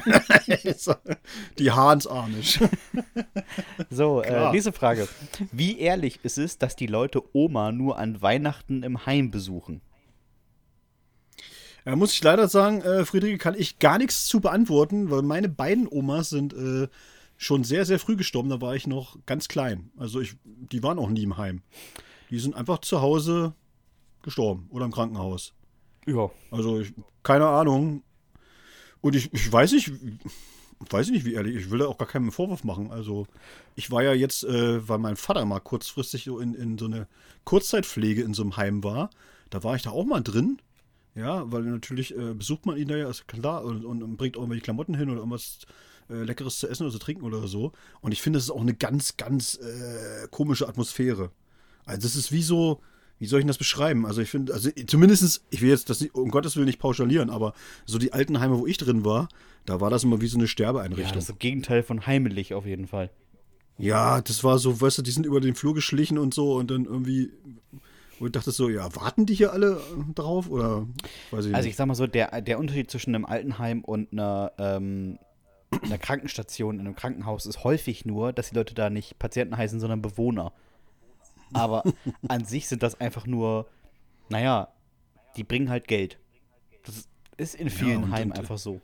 Die Hans Amish. So, nächste Frage. Wie ehrlich ist es, dass die Leute Oma nur an Weihnachten im Heim besuchen? Muss ich leider sagen, Friederike, kann ich gar nichts zu beantworten, weil meine beiden Omas sind schon sehr, sehr früh gestorben. Da war ich noch ganz klein. Also die waren auch nie im Heim. Die sind einfach zu Hause gestorben oder im Krankenhaus. Ja. Also keine Ahnung. Und ich weiß nicht, wie ehrlich, ich will da auch gar keinen Vorwurf machen. Also ich war ja jetzt, weil mein Vater mal kurzfristig so in so eine Kurzzeitpflege in so einem Heim war, da war ich da auch mal drin. Ja, weil natürlich besucht man ihn da ja, ist klar, und bringt irgendwelche Klamotten hin oder irgendwas Leckeres zu essen oder zu trinken oder so. Und ich finde, das ist auch eine ganz, ganz komische Atmosphäre. Also das ist wie so, wie soll ich denn das beschreiben? Also ich finde, also zumindest, ich will jetzt das nicht, um Gottes Willen nicht pauschalieren, aber so die alten Heime, wo ich drin war, da war das immer wie so eine Sterbeeinrichtung. Ja, das ist das Gegenteil von heimelig auf jeden Fall. Ja, das war so, weißt du, die sind über den Flur geschlichen und so und dann irgendwie, wo ich dachte so, ja, warten die hier alle drauf oder weiß ich nicht. Also ich sag mal so, der Unterschied zwischen einem Altenheim und einer Krankenstation in einem Krankenhaus ist häufig nur, dass die Leute da nicht Patienten heißen, sondern Bewohner. Aber an sich sind das einfach nur, naja, die bringen halt Geld. Das ist in vielen Heimen einfach so.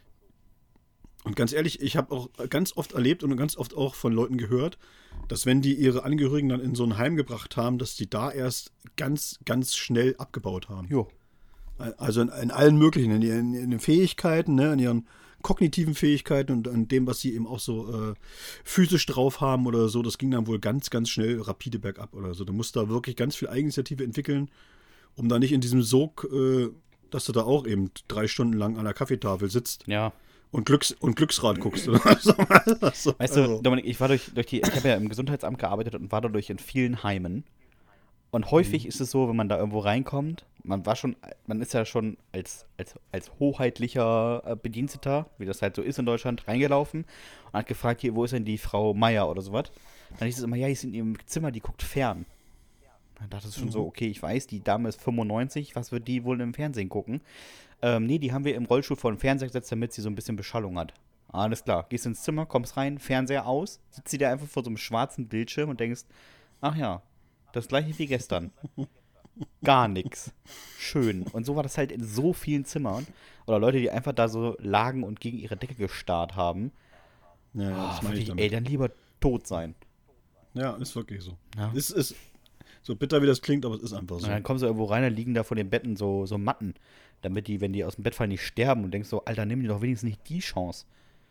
Und ganz ehrlich, ich habe auch ganz oft erlebt und ganz oft auch von Leuten gehört, dass wenn die ihre Angehörigen dann in so ein Heim gebracht haben, dass die da erst ganz, ganz schnell abgebaut haben. Jo. Also in allen möglichen, in den Fähigkeiten, ne, in ihren kognitiven Fähigkeiten und an dem, was sie eben auch so physisch drauf haben oder so, das ging dann wohl ganz, ganz schnell rapide bergab oder so. Du musst da wirklich ganz viel Eigeninitiative entwickeln, um da nicht in diesem Sog, dass du da auch eben 3 Stunden lang an der Kaffeetafel sitzt. Ja. Und Glücksrad guckst. Oder so. Weißt du, Dominik, ich habe ja im Gesundheitsamt gearbeitet und war dadurch in vielen Heimen. Und häufig ist es so, wenn man da irgendwo reinkommt, man ist ja schon als hoheitlicher Bediensteter, wie das halt so ist in Deutschland, reingelaufen und hat gefragt, hier, wo ist denn die Frau Meier oder sowas? Dann hieß es immer, ja, die ist in ihrem Zimmer, die guckt fern. Dann dachte ich schon so, okay, ich weiß, die Dame ist 95, was wird die wohl im Fernsehen gucken? Nee, die haben wir im Rollstuhl vor den Fernseher gesetzt, damit sie so ein bisschen Beschallung hat. Alles klar, gehst ins Zimmer, kommst rein, Fernseher aus, sitzt sie da einfach vor so einem schwarzen Bildschirm und denkst, ach ja, das gleiche wie gestern. Gar nix. Schön. Und so war das halt in so vielen Zimmern. Oder Leute, die einfach da so lagen und gegen ihre Decke gestarrt haben. Ja, das meine ich damit. Ey, dann lieber tot sein. Ja, ist wirklich so. Ja. Ist so bitter, wie das klingt, aber es ist einfach so. Und dann kommst du irgendwo rein, da liegen da vor den Betten so Matten, damit die, wenn die aus dem Bett fallen, nicht sterben und denkst so, Alter, nimm dir doch wenigstens nicht die Chance.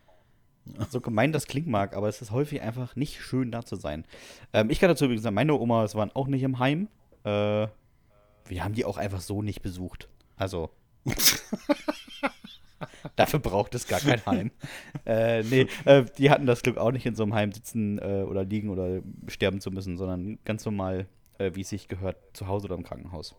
So gemein das klingen mag, aber es ist häufig einfach nicht schön, da zu sein. Ich kann dazu übrigens sagen, meine Omas waren auch nicht im Heim. Wir haben die auch einfach so nicht besucht. Also, dafür braucht es gar kein Heim. Die hatten das Glück auch nicht in so einem Heim sitzen oder liegen oder sterben zu müssen, sondern ganz normal, wie es sich gehört, zu Hause oder im Krankenhaus.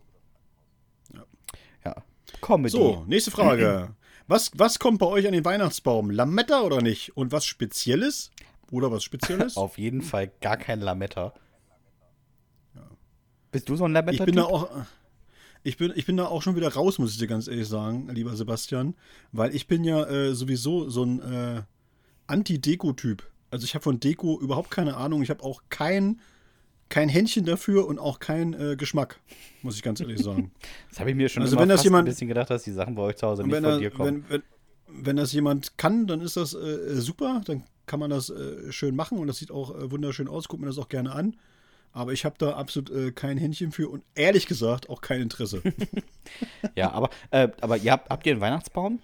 Ja. Comedy. So, nächste Frage. Was kommt bei euch an den Weihnachtsbaum? Lametta oder nicht? Und was Spezielles? Oder was Spezielles? Auf jeden Fall gar kein Lametta. Ja. Bist du so ein Lametta-Typ? Ich bin da auch schon wieder raus, muss ich dir ganz ehrlich sagen, lieber Sebastian. Weil ich bin ja sowieso so ein Anti-Deko-Typ. Also ich habe von Deko überhaupt keine Ahnung. Ich habe auch kein Händchen dafür und auch keinen Geschmack, muss ich ganz ehrlich sagen. Das habe ich mir schon immer fast ein bisschen gedacht, dass die Sachen bei euch zu Hause nicht von dir kommen. Wenn das jemand kann, dann ist das super. Dann kann man das schön machen und das sieht auch wunderschön aus. Guckt mir das auch gerne an. Aber ich habe da absolut kein Händchen für und ehrlich gesagt auch kein Interesse. Ja, aber habt ihr einen Weihnachtsbaum?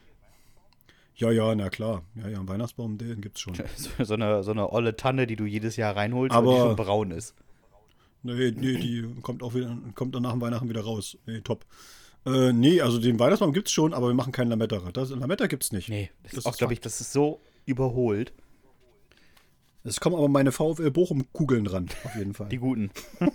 Ja, na klar. Ja, einen Weihnachtsbaum, den gibt's schon. So eine olle Tanne, die du jedes Jahr reinholst, aber die schon braun ist. Nee, die kommt dann nach dem Weihnachten wieder raus. Nee, top. Also den Weihnachtsbaum gibt's schon, aber wir machen keinen Lametta. Lametta gibt's nicht. Nee, das ist auch, glaube ich, das ist so überholt. Es kommen aber meine VfL Bochum-Kugeln ran, auf jeden Fall. Die guten.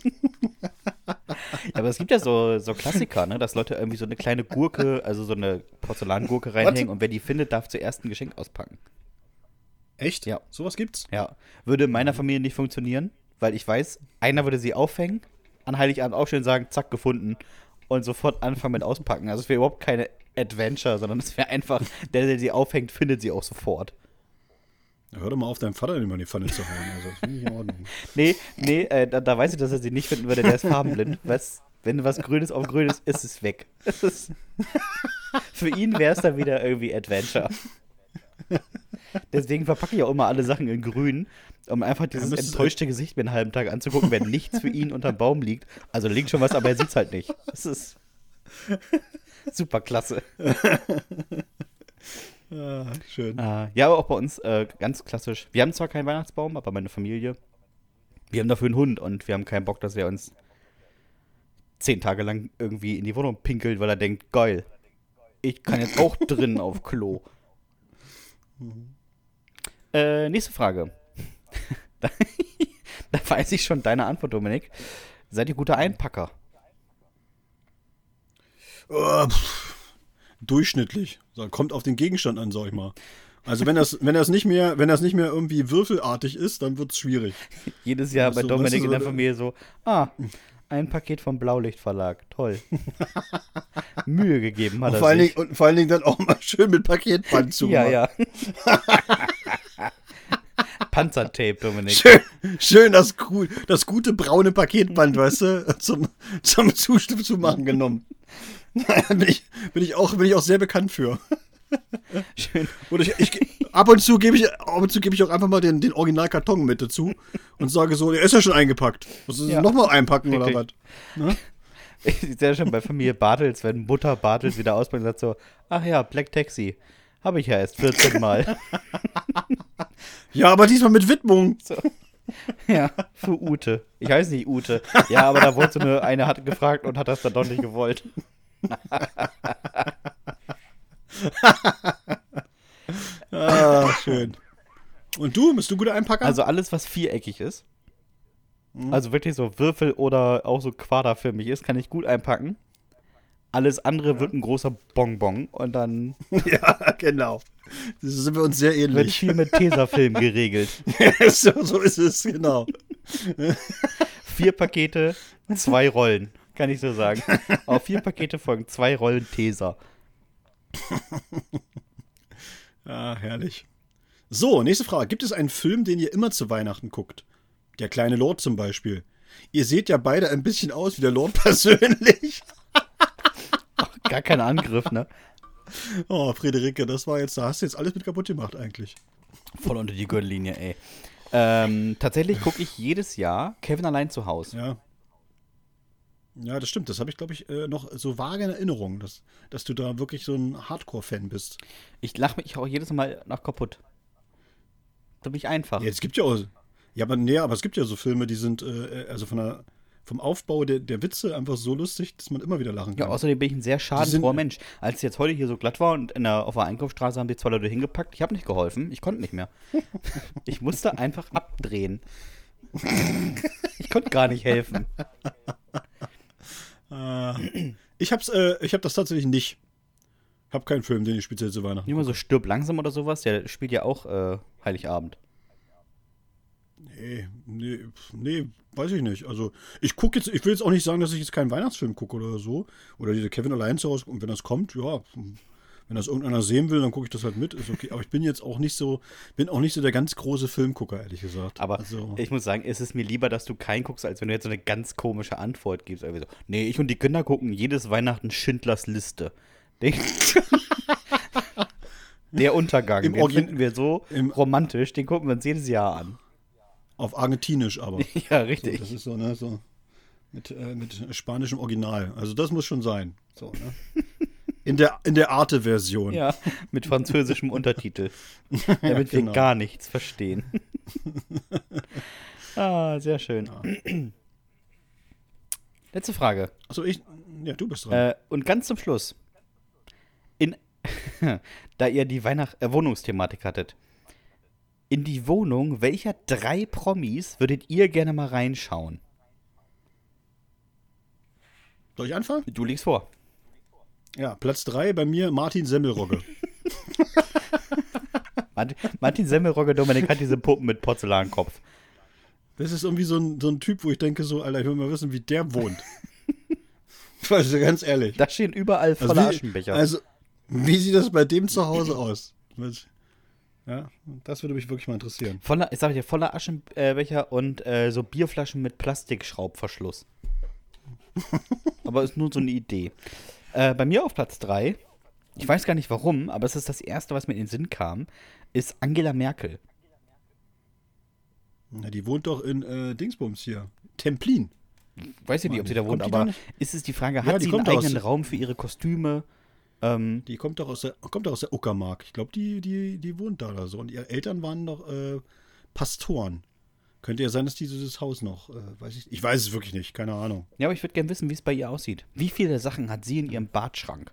Ja, aber es gibt ja so Klassiker, ne, dass Leute irgendwie so eine kleine Gurke, also so eine Porzellangurke reinhängen und wer die findet, darf zuerst ein Geschenk auspacken. Echt? Ja. Sowas gibt's? Ja. Würde in meiner Familie nicht funktionieren, weil ich weiß, einer würde sie aufhängen, an Heiligabend aufstehen und sagen, zack, gefunden und sofort anfangen mit Auspacken. Also es wäre überhaupt keine Adventure, sondern es wäre einfach, der sie aufhängt, findet sie auch sofort. Hör doch mal auf, deinen Vater immer in die Pfanne zu hauen. Also, das finde ich in Ordnung. Nee, da weiß ich, dass er sie nicht finden würde, der ist farbenblind. Wenn was Grünes auf Grün ist es weg. Für ihn wäre es dann wieder irgendwie Adventure. Deswegen verpacke ich auch immer alle Sachen in grün, um einfach dieses enttäuschte Gesicht mir einen halben Tag anzugucken, wenn nichts für ihn unterm Baum liegt. Also da liegt schon was, aber er sieht es halt nicht. Das ist super klasse. Schön. Ja, aber auch bei uns ganz klassisch. Wir haben zwar keinen Weihnachtsbaum, aber meine Familie, wir haben dafür einen Hund und wir haben keinen Bock, dass er uns 10 Tage lang irgendwie in die Wohnung pinkelt, weil er denkt, geil, ich kann jetzt auch drinnen auf Klo. Nächste Frage. Da weiß ich schon deine Antwort, Dominik. Seid ihr gute Einpacker? Durchschnittlich. Kommt auf den Gegenstand an, sag ich mal. Also wenn das nicht mehr irgendwie würfelartig ist, dann wird es schwierig. Jedes Jahr bei Dominik in der Familie so, ein Paket vom Blaulichtverlag, toll. Mühe gegeben hat er sich. Und vor allen Dingen dann auch mal schön mit Paketband zu machen. Ja. Panzertape, Dominik. Schön das gute braune Paketband, weißt du, zum Zustimm zu machen genommen. bin ich auch sehr bekannt für. Schön. Oder ab und zu gebe ich auch einfach mal den Originalkarton mit dazu und sage so, der ist ja schon eingepackt. Muss ich nochmal einpacken oder was? Ne? Ich sehe ja schon bei Familie Bartels, wenn Mutter Bartels wieder auspackt und sagt so, ach ja, Black Taxi. Habe ich ja erst 14 Mal. Ja, aber diesmal mit Widmung. So. Ja, für Ute. Ich heiße nicht Ute. Ja, aber da wurde so eine hat gefragt und hat das dann doch nicht gewollt. Schön. Und du? Bist du guter Einpacker? Also alles, was viereckig ist. Also wirklich so Würfel oder auch so quaderförmig ist, kann ich gut einpacken. Alles andere wird ein großer Bonbon und dann ja, genau. Das sind wir uns sehr ähnlich. Wird viel mit Tesafilm geregelt. so ist es, genau. 4 Pakete, 2 Rollen, kann ich so sagen. Auf 4 Pakete folgen 2 Rollen Tesa. Herrlich. So, nächste Frage. Gibt es einen Film, den ihr immer zu Weihnachten guckt? Der kleine Lord zum Beispiel. Ihr seht ja beide ein bisschen aus wie der Lord persönlich. Gar kein Angriff, ne? Oh, Friederike, da hast du jetzt alles mit kaputt gemacht eigentlich. Voll unter die Gürtellinie, ey. Tatsächlich gucke ich jedes Jahr Kevin allein zu Hause. Ja. Ja, das stimmt. Das habe ich, glaube ich, noch so vage in Erinnerung, dass du da wirklich so ein Hardcore-Fan bist. Ich lache mich auch jedes Mal noch kaputt. Das bin ich einfach. Ja, es gibt ja auch. Ja, aber es gibt ja so Filme, die sind also vom Aufbau der Witze einfach so lustig, dass man immer wieder lachen kann. Ja, außerdem bin ich ein sehr schadenfroher Mensch. Als es jetzt heute hier so glatt war und auf der Einkaufsstraße haben die 2 Leute hingepackt, ich habe nicht geholfen, ich konnte nicht mehr. Ich musste einfach abdrehen. Ich konnte gar nicht helfen. Ich hab das tatsächlich nicht. Ich habe keinen Film, den ich speziell zu Weihnachten. Immer so Stirb langsam oder sowas, der spielt ja auch Heiligabend. Nee, weiß ich nicht. Also, ich will jetzt auch nicht sagen, dass ich jetzt keinen Weihnachtsfilm gucke oder so. Oder diese Kevin allein zu Hause. Und wenn das kommt, ja, wenn das irgendeiner sehen will, dann gucke ich das halt mit. Ist okay. Aber ich bin jetzt auch nicht so der ganz große Filmgucker, ehrlich gesagt. Aber ich muss sagen, es ist mir lieber, dass du keinen guckst, als wenn du jetzt so eine ganz komische Antwort gibst. Irgendwie so, nee, ich und die Kinder gucken jedes Weihnachten Schindlers Liste. Der Untergang, den finden wir so romantisch, den gucken wir uns jedes Jahr an. Auf Argentinisch aber. Ja, richtig. So, das ist so, ne, so mit spanischem Original. Also das muss schon sein. So, ne? In der Arte-Version. Ja, mit französischem Untertitel. Damit wir gar nichts verstehen. Sehr schön. Ja. Letzte Frage. Achso, du bist dran. Und ganz zum Schluss. Da ihr die Wohnungsthematik hattet. In die Wohnung welcher 3 Promis würdet ihr gerne mal reinschauen? Soll ich anfangen? Du liegst vor. Ja, Platz 3 bei mir Martin Semmelrogge. Martin Semmelrogge, Dominik, hat diese Puppen mit Porzellankopf. Das ist irgendwie so ein Typ, wo ich denke so, Alter, ich will mal wissen, wie der wohnt. Also ganz ehrlich. Da stehen überall voller Aschenbecher. Also, wie sieht das bei dem zu Hause aus? Ja, das würde mich wirklich mal interessieren. Voller Aschenbecher und so Bierflaschen mit Plastikschraubverschluss. Aber ist nur so eine Idee. Bei mir auf Platz 3 Ich weiß gar nicht warum, aber es ist das Erste, was mir in den Sinn kam, ist Angela Merkel. Na, die wohnt doch in Dingsbums hier. Templin. Weiß ich nicht, ob sie da wohnt, aber ist es die Frage, hat sie einen eigenen Raum für ihre Kostüme? Die kommt doch aus der Uckermark. Ich glaube, die wohnt da oder so. Und ihre Eltern waren doch Pastoren. Könnte ja sein, dass dieses Haus noch, ich weiß es wirklich nicht, keine Ahnung. Ja, aber ich würde gerne wissen, wie es bei ihr aussieht. Wie viele Sachen hat sie in ihrem Badschrank?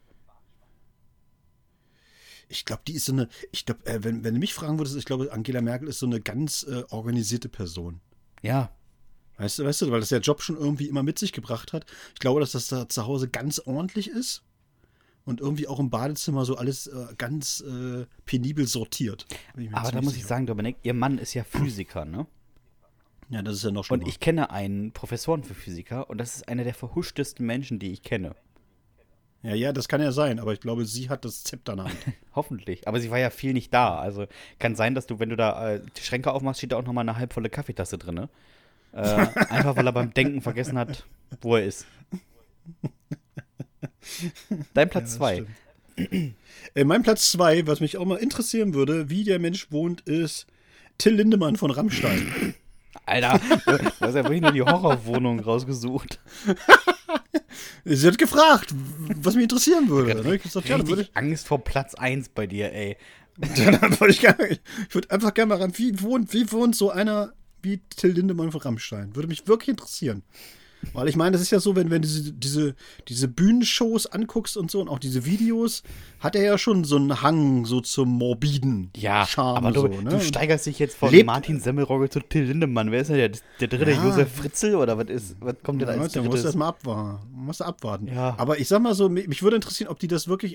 Ich glaube, die ist so eine, wenn du mich fragen würdest, ich glaube, Angela Merkel ist so eine ganz organisierte Person. Ja. Weißt du, weil das der Job schon irgendwie immer mit sich gebracht hat. Ich glaube, dass das da zu Hause ganz ordentlich ist und irgendwie auch im Badezimmer so alles ganz penibel sortiert. Aber da muss ich sagen, Dominik, ihr Mann ist ja Physiker, ne? Ja, das ist ja noch schlimmer. Und ich kenne einen Professoren für Physiker und das ist einer der verhuschtesten Menschen, die ich kenne. Ja, das kann ja sein, aber ich glaube, sie hat das Zepter in der Hand. Hoffentlich. Aber sie war ja viel nicht da. Also kann sein, dass du, wenn du da die Schränke aufmachst, steht da auch nochmal eine halbvolle Kaffeetasse drin. Ne? Einfach, weil er beim Denken vergessen hat, wo er ist. Dein Platz 2. Mein Platz 2, was mich auch mal interessieren würde, wie der Mensch wohnt, ist Till Lindemann von Rammstein. Alter, du hast ja wirklich nur die Horrorwohnung rausgesucht. Sie hat gefragt, was mich interessieren würde. Ich gesagt, richtig Angst vor Platz 1 bei dir, ey. Ich würde einfach gerne mal ran, wie wohnt so einer wie Till Lindemann von Rammstein? Würde mich wirklich interessieren. Weil ich meine, das ist ja so, wenn du diese Bühnenshows anguckst und so und auch diese Videos, hat er ja schon so einen Hang so zum morbiden Charme. Aber du, so, ne? Du steigerst dich jetzt von Martin Semmelrogge zu Till Lindemann. Wer ist denn der dritte? Josef Fritzl oder was kommt denn als drittes? Du musst erstmal abwarten. Ja. Aber ich sag mal so, mich würde interessieren, ob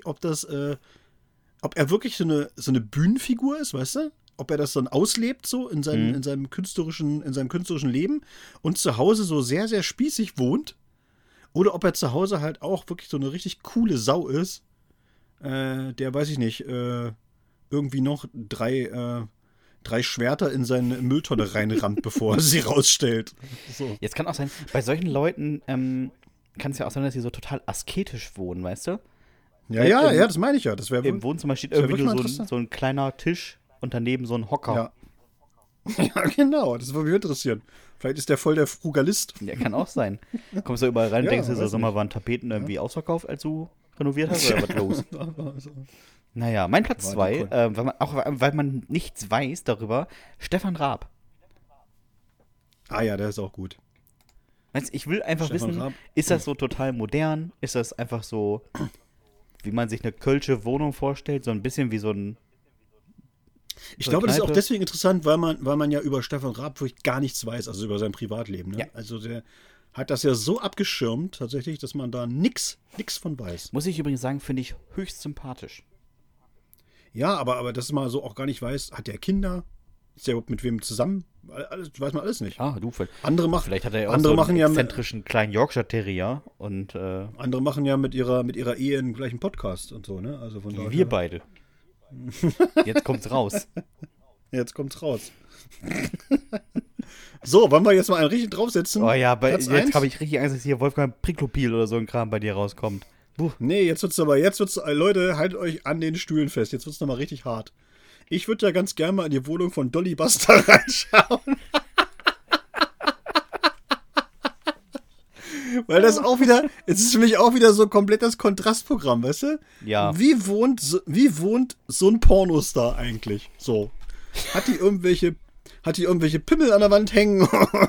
er wirklich so eine Bühnenfigur ist, weißt du? Ob er das dann auslebt so in seinem künstlerischen Leben und zu Hause so sehr, sehr spießig wohnt. Oder ob er zu Hause halt auch wirklich so eine richtig coole Sau ist, der, weiß ich nicht, irgendwie noch drei Schwerter in seine Mülltonne reinrammt, bevor er sie rausstellt. So. Jetzt kann auch sein, bei solchen Leuten kann es ja auch sein, dass sie so total asketisch wohnen, weißt du? Ja, das meine ich ja. Im Wohnzimmer steht irgendwie nur so ein kleiner Tisch und daneben so ein Hocker. Ja, genau. Das würde mich interessieren. Vielleicht ist der voll der Frugalist. Ja, kann auch sein. Kommst du überall rein und denkst dir so, Sommer waren Tapeten irgendwie ausverkauft, als du renoviert hast, oder was los? Naja, mein Platz 2, weil man nichts weiß darüber, Stefan Raab. Ah ja, der ist auch gut. Ich will einfach wissen, ist das so total modern? Ist das einfach so, wie man sich eine kölsche Wohnung vorstellt? So ein bisschen wie so ein Ich glaube, das ist auch deswegen interessant, weil man ja über Stefan Raab wirklich gar nichts weiß, also über sein Privatleben. Ne? Ja. Also der hat das ja so abgeschirmt, tatsächlich, dass man da nix von weiß. Muss ich übrigens sagen, finde ich höchst sympathisch. Ja, aber dass man so auch gar nicht weiß, hat der Kinder? Ist der überhaupt mit wem zusammen? Weiß man alles nicht. Ah, du, vielleicht hat er ja auch so einen exzentrischen kleinen Yorkshire Terrier und andere machen ja mit ihrer Ehe einen gleichen Podcast und so, ne? Also von daher. Wir beide. Jetzt kommt's raus. So, wollen wir jetzt mal einen richtig draufsetzen? Oh ja, jetzt habe ich richtig Angst, dass hier Wolfgang Priklopil oder so ein Kram bei dir rauskommt. Nee, jetzt wird's Leute, haltet euch an den Stühlen fest. Jetzt wird's nochmal richtig hart. Ich würde ja ganz gerne mal in die Wohnung von Dolly Buster reinschauen. Weil es ist für mich auch wieder so komplett das Kontrastprogramm, weißt du? Ja. Wie wohnt so ein Pornostar eigentlich? So. Hat die irgendwelche Pimmel an der Wand hängen?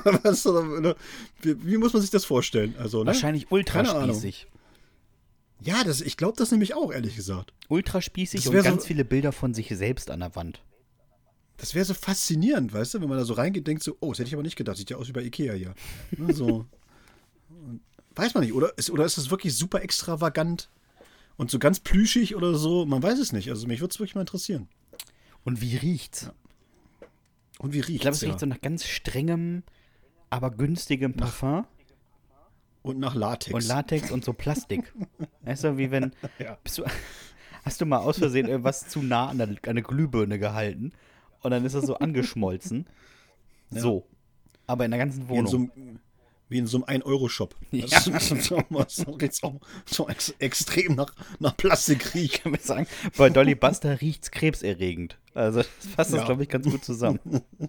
Wie muss man sich das vorstellen? Also, ne? Wahrscheinlich ultraspießig. Ja, ich glaube das nämlich auch, ehrlich gesagt. Ultraspießig und ganz viele Bilder von sich selbst an der Wand. Das wäre so faszinierend, weißt du? Wenn man da so reingeht, denkt so, oh, das hätte ich aber nicht gedacht. Sieht ja aus wie bei Ikea hier. So. Weiß man nicht, oder ist das wirklich super extravagant und so ganz plüschig oder so? Man weiß es nicht. Also mich würde es wirklich mal interessieren. Und wie riecht's? Ja. Und wie riecht's? Ich glaube, es riecht so nach ganz strengem, aber günstigem Parfum. Und nach Latex. Und Latex und so Plastik. Weißt du, wie wenn. Ja. Hast du mal aus Versehen irgendwas zu nah an eine Glühbirne gehalten und dann ist das so angeschmolzen? Ja. So. Aber in der ganzen Wohnung. Wie in so einem 1-Euro-Shop. Ja. Das ist auch so extrem nach Plastik riecht. Ich kann mir sagen, bei Dolly Buster riecht's krebserregend. Also das fasst das, glaube ich, ganz gut zusammen.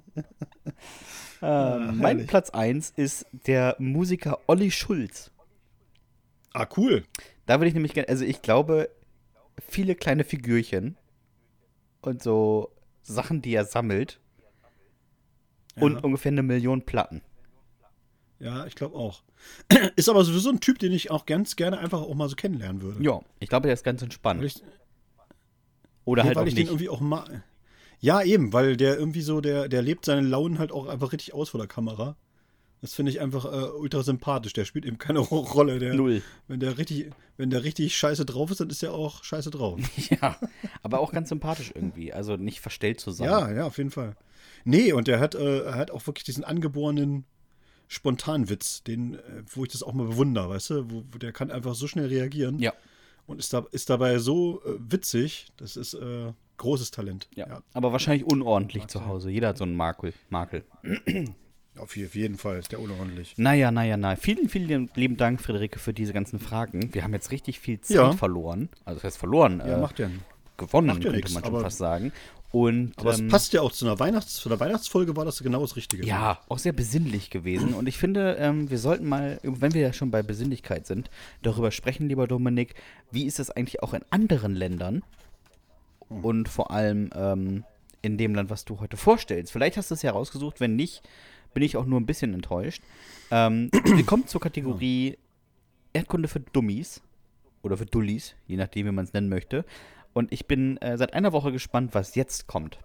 Mein Platz 1 ist der Musiker Olli Schulz. Ah, cool. Da würde ich nämlich gerne, also ich glaube, viele kleine Figürchen und so Sachen, die er sammelt und ungefähr 1 Million Platten. Ja, ich glaube auch. Ist aber sowieso ein Typ, den ich auch ganz gerne einfach auch mal so kennenlernen würde. Ja, ich glaube, der ist ganz entspannt. Oder nee, halt weil auch ich nicht. Den irgendwie auch mal. Ja, eben, weil der irgendwie so, der lebt seine Launen halt auch einfach richtig aus vor der Kamera. Das finde ich einfach ultra sympathisch. Der spielt eben keine Rolle. Null. Wenn der richtig scheiße drauf ist, dann ist der auch scheiße drauf. Ja, aber auch ganz sympathisch irgendwie. Also nicht verstellt zu sein. Ja, auf jeden Fall. Nee, und der hat auch wirklich diesen angeborenen Spontanwitz, wo ich das auch mal bewundere, weißt du? Wo der kann einfach so schnell reagieren. Ja. Und ist dabei so witzig. Das ist großes Talent. Ja. Aber wahrscheinlich unordentlich zu Hause. Jeder hat so einen Makel. Auf jeden Fall ist der unordentlich. Naja. Vielen, vielen lieben Dank, Friederike, für diese ganzen Fragen. Wir haben jetzt richtig viel Zeit verloren. Also das heißt verloren. Macht ja gewonnen, macht ja könnte nix, man schon fast sagen. Aber es passt ja auch zu der Weihnachtsfolge, war das genau das Richtige. Ja, auch sehr besinnlich gewesen. Und ich finde, wir sollten mal, wenn wir ja schon bei Besinnlichkeit sind, darüber sprechen, lieber Dominik, wie ist es eigentlich auch in anderen Ländern? Und vor allem in dem Land, was du heute vorstellst. Vielleicht hast du es ja rausgesucht, wenn nicht, bin ich auch nur ein bisschen enttäuscht. Wir kommen zur Kategorie Erdkunde für Dummies. Oder für Dullis, je nachdem, wie man es nennen möchte. Und ich bin seit einer Woche gespannt, was jetzt kommt.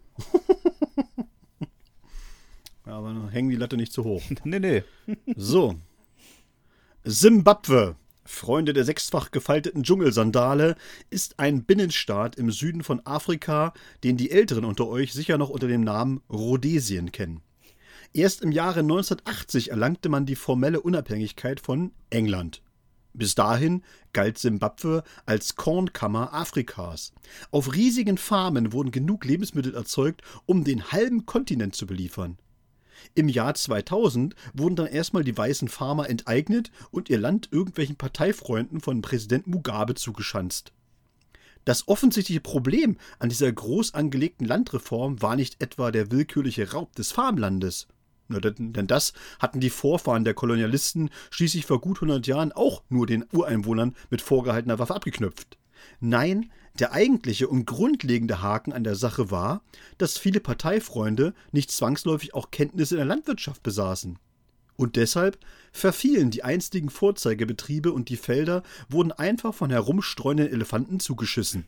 Ja, aber hängen die Latte nicht zu hoch. Nee. So. Simbabwe, Freunde der sechsfach gefalteten Dschungelsandale, ist ein Binnenstaat im Süden von Afrika, den die Älteren unter euch sicher noch unter dem Namen Rhodesien kennen. Erst im Jahre 1980 erlangte man die formelle Unabhängigkeit von England. Bis dahin galt Simbabwe als Kornkammer Afrikas. Auf riesigen Farmen wurden genug Lebensmittel erzeugt, um den halben Kontinent zu beliefern. Im Jahr 2000 wurden dann erstmal die weißen Farmer enteignet und ihr Land irgendwelchen Parteifreunden von Präsident Mugabe zugeschanzt. Das offensichtliche Problem an dieser groß angelegten Landreform war nicht etwa der willkürliche Raub des Farmlandes. Denn das hatten die Vorfahren der Kolonialisten schließlich vor gut 100 Jahren auch nur den Ureinwohnern mit vorgehaltener Waffe abgeknöpft. Nein, der eigentliche und grundlegende Haken an der Sache war, dass viele Parteifreunde nicht zwangsläufig auch Kenntnisse in der Landwirtschaft besaßen. Und deshalb verfielen die einstigen Vorzeigebetriebe und die Felder wurden einfach von herumstreuenden Elefanten zugeschissen.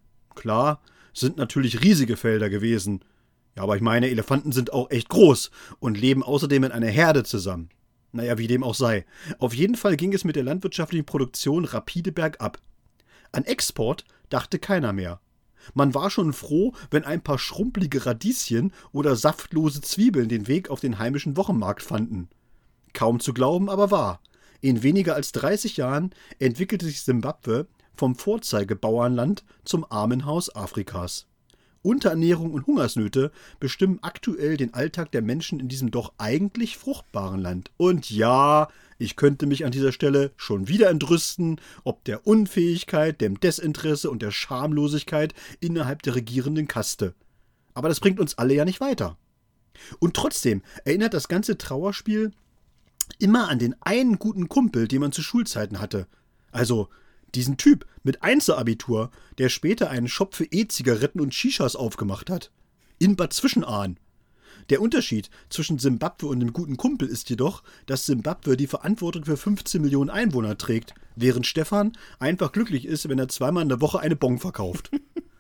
Klar, sind natürlich riesige Felder gewesen. Ja, aber ich meine, Elefanten sind auch echt groß und leben außerdem in einer Herde zusammen. Naja, wie dem auch sei. Auf jeden Fall ging es mit der landwirtschaftlichen Produktion rapide bergab. An Export dachte keiner mehr. Man war schon froh, wenn ein paar schrumpelige Radieschen oder saftlose Zwiebeln den Weg auf den heimischen Wochenmarkt fanden. Kaum zu glauben, aber wahr. In weniger als 30 Jahren entwickelte sich Simbabwe vom Vorzeigebauernland zum Armenhaus Afrikas. Unterernährung und Hungersnöte bestimmen aktuell den Alltag der Menschen in diesem doch eigentlich fruchtbaren Land. Und ja, ich könnte mich an dieser Stelle schon wieder entrüsten, ob der Unfähigkeit, dem Desinteresse und der Schamlosigkeit innerhalb der regierenden Kaste. Aber das bringt uns alle ja nicht weiter. Und trotzdem erinnert das ganze Trauerspiel immer an den einen guten Kumpel, den man zu Schulzeiten hatte. Also diesen Typ mit Einzelabitur, der später einen Shop für E-Zigaretten und Shishas aufgemacht hat. In Bad Zwischenahn. Der Unterschied zwischen Simbabwe und dem guten Kumpel ist jedoch, dass Simbabwe die Verantwortung für 15 Millionen Einwohner trägt, während Stefan einfach glücklich ist, wenn er zweimal in der Woche eine Bon verkauft.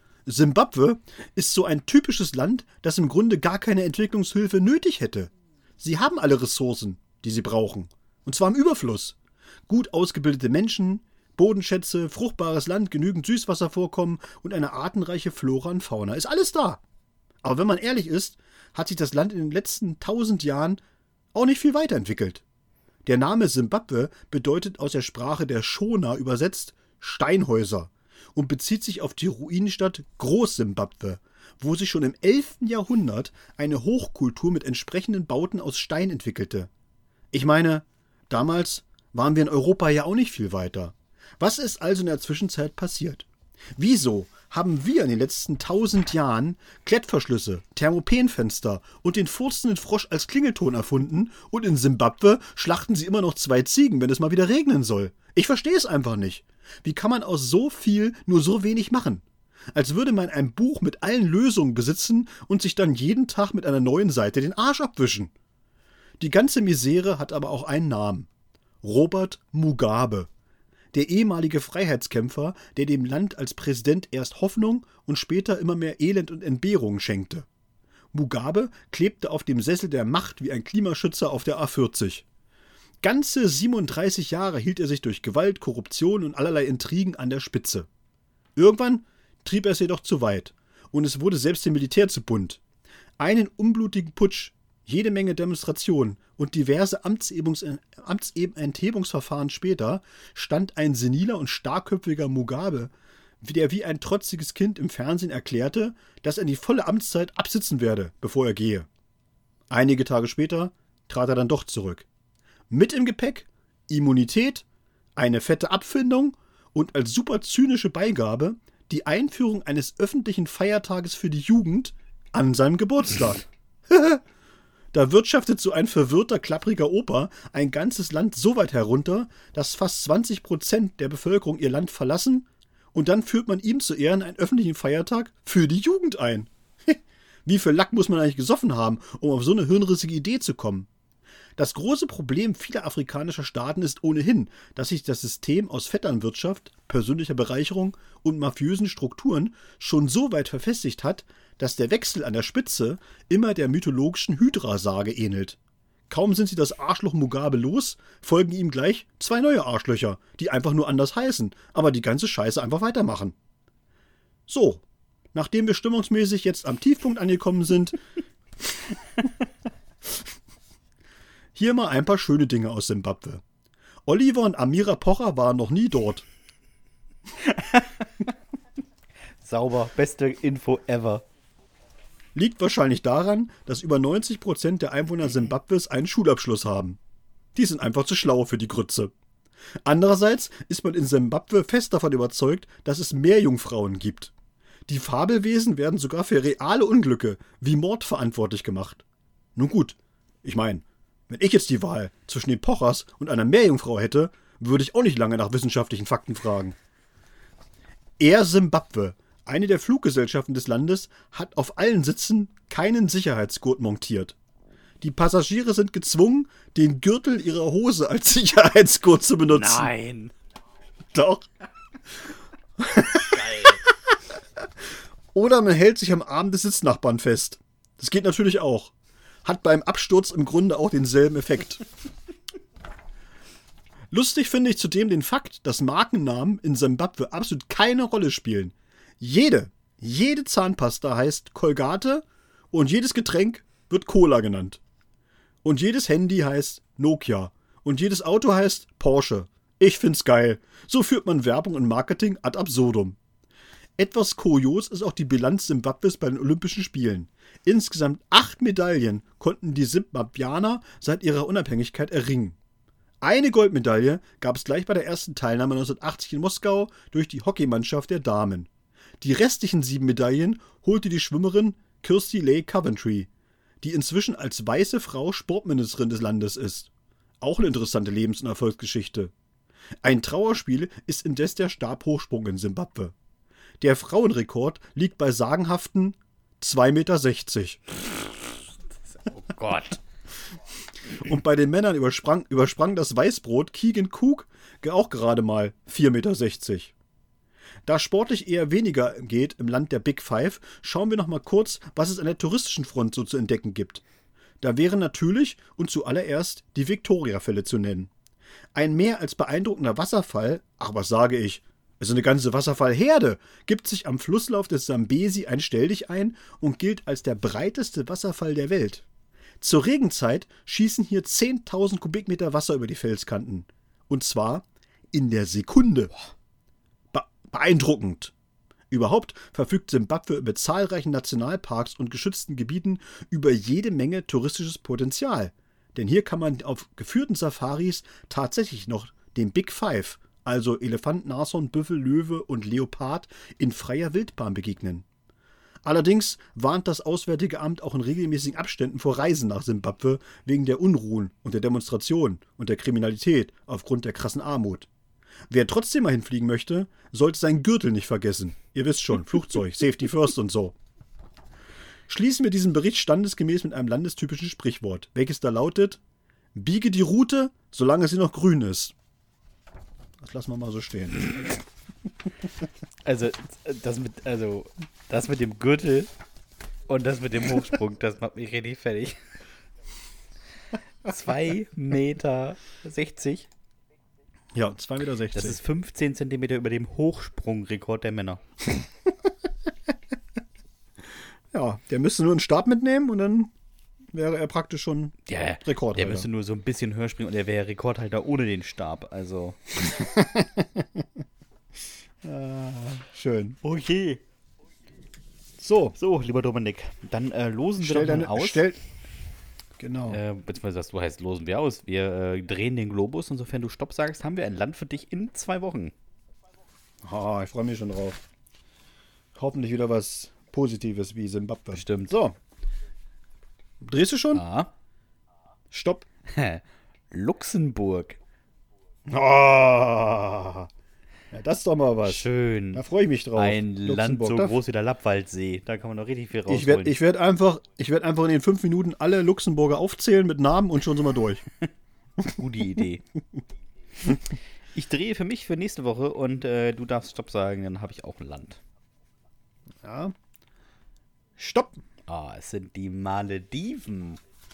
Simbabwe ist so ein typisches Land, das im Grunde gar keine Entwicklungshilfe nötig hätte. Sie haben alle Ressourcen, die sie brauchen. Und zwar im Überfluss. Gut ausgebildete Menschen, Bodenschätze, fruchtbares Land, genügend Süßwasservorkommen und eine artenreiche Flora und Fauna. Ist alles da. Aber wenn man ehrlich ist, hat sich das Land in den letzten 1000 Jahren auch nicht viel weiterentwickelt. Der Name Simbabwe bedeutet aus der Sprache der Shona übersetzt Steinhäuser und bezieht sich auf die Ruinenstadt Groß-Simbabwe, wo sich schon im 11. Jahrhundert eine Hochkultur mit entsprechenden Bauten aus Stein entwickelte. Ich meine, damals waren wir in Europa ja auch nicht viel weiter. Was ist also in der Zwischenzeit passiert? Wieso haben wir in den letzten 1000 Jahren Klettverschlüsse, Thermopenfenster und den furzenden Frosch als Klingelton erfunden und in Simbabwe schlachten sie immer noch 2 Ziegen, wenn es mal wieder regnen soll? Ich verstehe es einfach nicht. Wie kann man aus so viel nur so wenig machen? Als würde man ein Buch mit allen Lösungen besitzen und sich dann jeden Tag mit einer neuen Seite den Arsch abwischen. Die ganze Misere hat aber auch einen Namen. Robert Mugabe. Der ehemalige Freiheitskämpfer, der dem Land als Präsident erst Hoffnung und später immer mehr Elend und Entbehrungen schenkte. Mugabe klebte auf dem Sessel der Macht wie ein Klimaschützer auf der A40. Ganze 37 Jahre hielt er sich durch Gewalt, Korruption und allerlei Intrigen an der Spitze. Irgendwann trieb er es jedoch zu weit und es wurde selbst dem Militär zu bunt. Einen unblutigen Putsch, jede Menge Demonstrationen und diverse Amtsenthebungsverfahren später stand ein seniler und starkköpfiger Mugabe, der wie ein trotziges Kind im Fernsehen erklärte, dass er die volle Amtszeit absitzen werde, bevor er gehe. Einige Tage später trat er dann doch zurück. Mit im Gepäck Immunität, eine fette Abfindung und als super zynische Beigabe die Einführung eines öffentlichen Feiertages für die Jugend an seinem Geburtstag. Da wirtschaftet so ein verwirrter, klappriger Opa ein ganzes Land so weit herunter, dass fast 20% der Bevölkerung ihr Land verlassen und dann führt man ihm zu Ehren einen öffentlichen Feiertag für die Jugend ein. Wie viel Lack muss man eigentlich gesoffen haben, um auf so eine hirnrissige Idee zu kommen? Das große Problem vieler afrikanischer Staaten ist ohnehin, dass sich das System aus Vetternwirtschaft, persönlicher Bereicherung und mafiösen Strukturen schon so weit verfestigt hat, dass der Wechsel an der Spitze immer der mythologischen Hydra-Sage ähnelt. Kaum sind sie das Arschloch Mugabe los, folgen ihm gleich 2 neue Arschlöcher, die einfach nur anders heißen, aber die ganze Scheiße einfach weitermachen. So, nachdem wir stimmungsmäßig jetzt am Tiefpunkt angekommen sind, hier mal ein paar schöne Dinge aus Simbabwe. Oliver und Amira Pocher waren noch nie dort. Sauber, beste Info ever. Liegt wahrscheinlich daran, dass über 90% der Einwohner Simbabwes einen Schulabschluss haben. Die sind einfach zu schlau für die Grütze. Andererseits ist man in Simbabwe fest davon überzeugt, dass es Meerjungfrauen gibt. Die Fabelwesen werden sogar für reale Unglücke wie Mord verantwortlich gemacht. Nun gut, ich meine, wenn ich jetzt die Wahl zwischen den Pochers und einer Meerjungfrau hätte, würde ich auch nicht lange nach wissenschaftlichen Fakten fragen. Air Simbabwe, eine der Fluggesellschaften des Landes, hat auf allen Sitzen keinen Sicherheitsgurt montiert. Die Passagiere sind gezwungen, den Gürtel ihrer Hose als Sicherheitsgurt zu benutzen. Nein. Doch. Geil. Oder man hält sich am Arm des Sitznachbarn fest. Das geht natürlich auch. Hat beim Absturz im Grunde auch denselben Effekt. Lustig finde ich zudem den Fakt, dass Markennamen in Simbabwe absolut keine Rolle spielen. Jede Zahnpasta heißt Colgate und jedes Getränk wird Cola genannt. Und jedes Handy heißt Nokia und jedes Auto heißt Porsche. Ich find's geil. So führt man Werbung und Marketing ad absurdum. Etwas kurios ist auch die Bilanz Simbabwes bei den Olympischen Spielen. Insgesamt 8 Medaillen konnten die Simbabwianer seit ihrer Unabhängigkeit erringen. Eine Goldmedaille gab es gleich bei der ersten Teilnahme 1980 in Moskau durch die Hockeymannschaft der Damen. Die restlichen 7 Medaillen holte die Schwimmerin Kirsty Leigh Coventry, die inzwischen als weiße Frau Sportministerin des Landes ist. Auch eine interessante Lebens- und Erfolgsgeschichte. Ein Trauerspiel ist indes der Stabhochsprung in Simbabwe. Der Frauenrekord liegt bei sagenhaften 2,60 Meter. Oh Gott. Und bei den Männern übersprang das Weißbrot Keegan Cook auch gerade mal 4,60 Meter. Da sportlich eher weniger geht im Land der Big Five, schauen wir noch mal kurz, was es an der touristischen Front so zu entdecken gibt. Da wären natürlich und zuallererst die Victoria-Fälle zu nennen. Ein mehr als beeindruckender Wasserfall, ach was sage ich, also eine ganze Wasserfallherde, gibt sich am Flusslauf des Sambesi ein Stelldichein und gilt als der breiteste Wasserfall der Welt. Zur Regenzeit schießen hier 10.000 Kubikmeter Wasser über die Felskanten. Und zwar in der Sekunde. Beeindruckend. Überhaupt verfügt Simbabwe mit zahlreichen Nationalparks und geschützten Gebieten über jede Menge touristisches Potenzial. Denn hier kann man auf geführten Safaris tatsächlich noch den Big Five, also Elefant, Nashorn, Büffel, Löwe und Leopard, in freier Wildbahn begegnen. Allerdings warnt das Auswärtige Amt auch in regelmäßigen Abständen vor Reisen nach Simbabwe wegen der Unruhen und der Demonstrationen und der Kriminalität aufgrund der krassen Armut. Wer trotzdem mal hinfliegen möchte, sollte seinen Gürtel nicht vergessen. Ihr wisst schon, Flugzeug, Safety First und so. Schließen wir diesen Bericht standesgemäß mit einem landestypischen Sprichwort, welches da lautet: Biege die Route, solange sie noch grün ist. Das lassen wir mal so stehen. Also das mit dem Gürtel und das mit dem Hochsprung, das macht mich richtig fertig. 2,60 Meter. Ja, 2,60 Meter. Das ist 15 Zentimeter über dem Hochsprungrekord der Männer. Ja, der müsste nur einen Stab mitnehmen und dann wäre er praktisch schon Rekordhalter. Der müsste nur so ein bisschen höher springen und er wäre Rekordhalter ohne den Stab. Also. Schön. Okay. So, lieber Dominik, dann losen wir doch mal aus. Genau. Beziehungsweise du heißt, losen wir aus. Wir drehen den Globus und sofern du Stopp sagst, haben wir ein Land für dich in 2 Wochen. Ich freue mich schon drauf. Hoffentlich wieder was Positives wie Simbabwe. Stimmt. So. Drehst du schon? Ja. Stopp. Luxemburg. Ja, das ist doch mal was. Schön. Da freue ich mich drauf. Ein Land so groß wie der Lappwaldsee. Da kann man noch richtig viel rausholen. Ich werd einfach in den 5 Minuten alle Luxemburger aufzählen mit Namen und schon sind wir durch. Gute Idee. Ich drehe für mich für nächste Woche und du darfst Stopp sagen, dann habe ich auch ein Land. Ja. Stopp. Es sind die Malediven.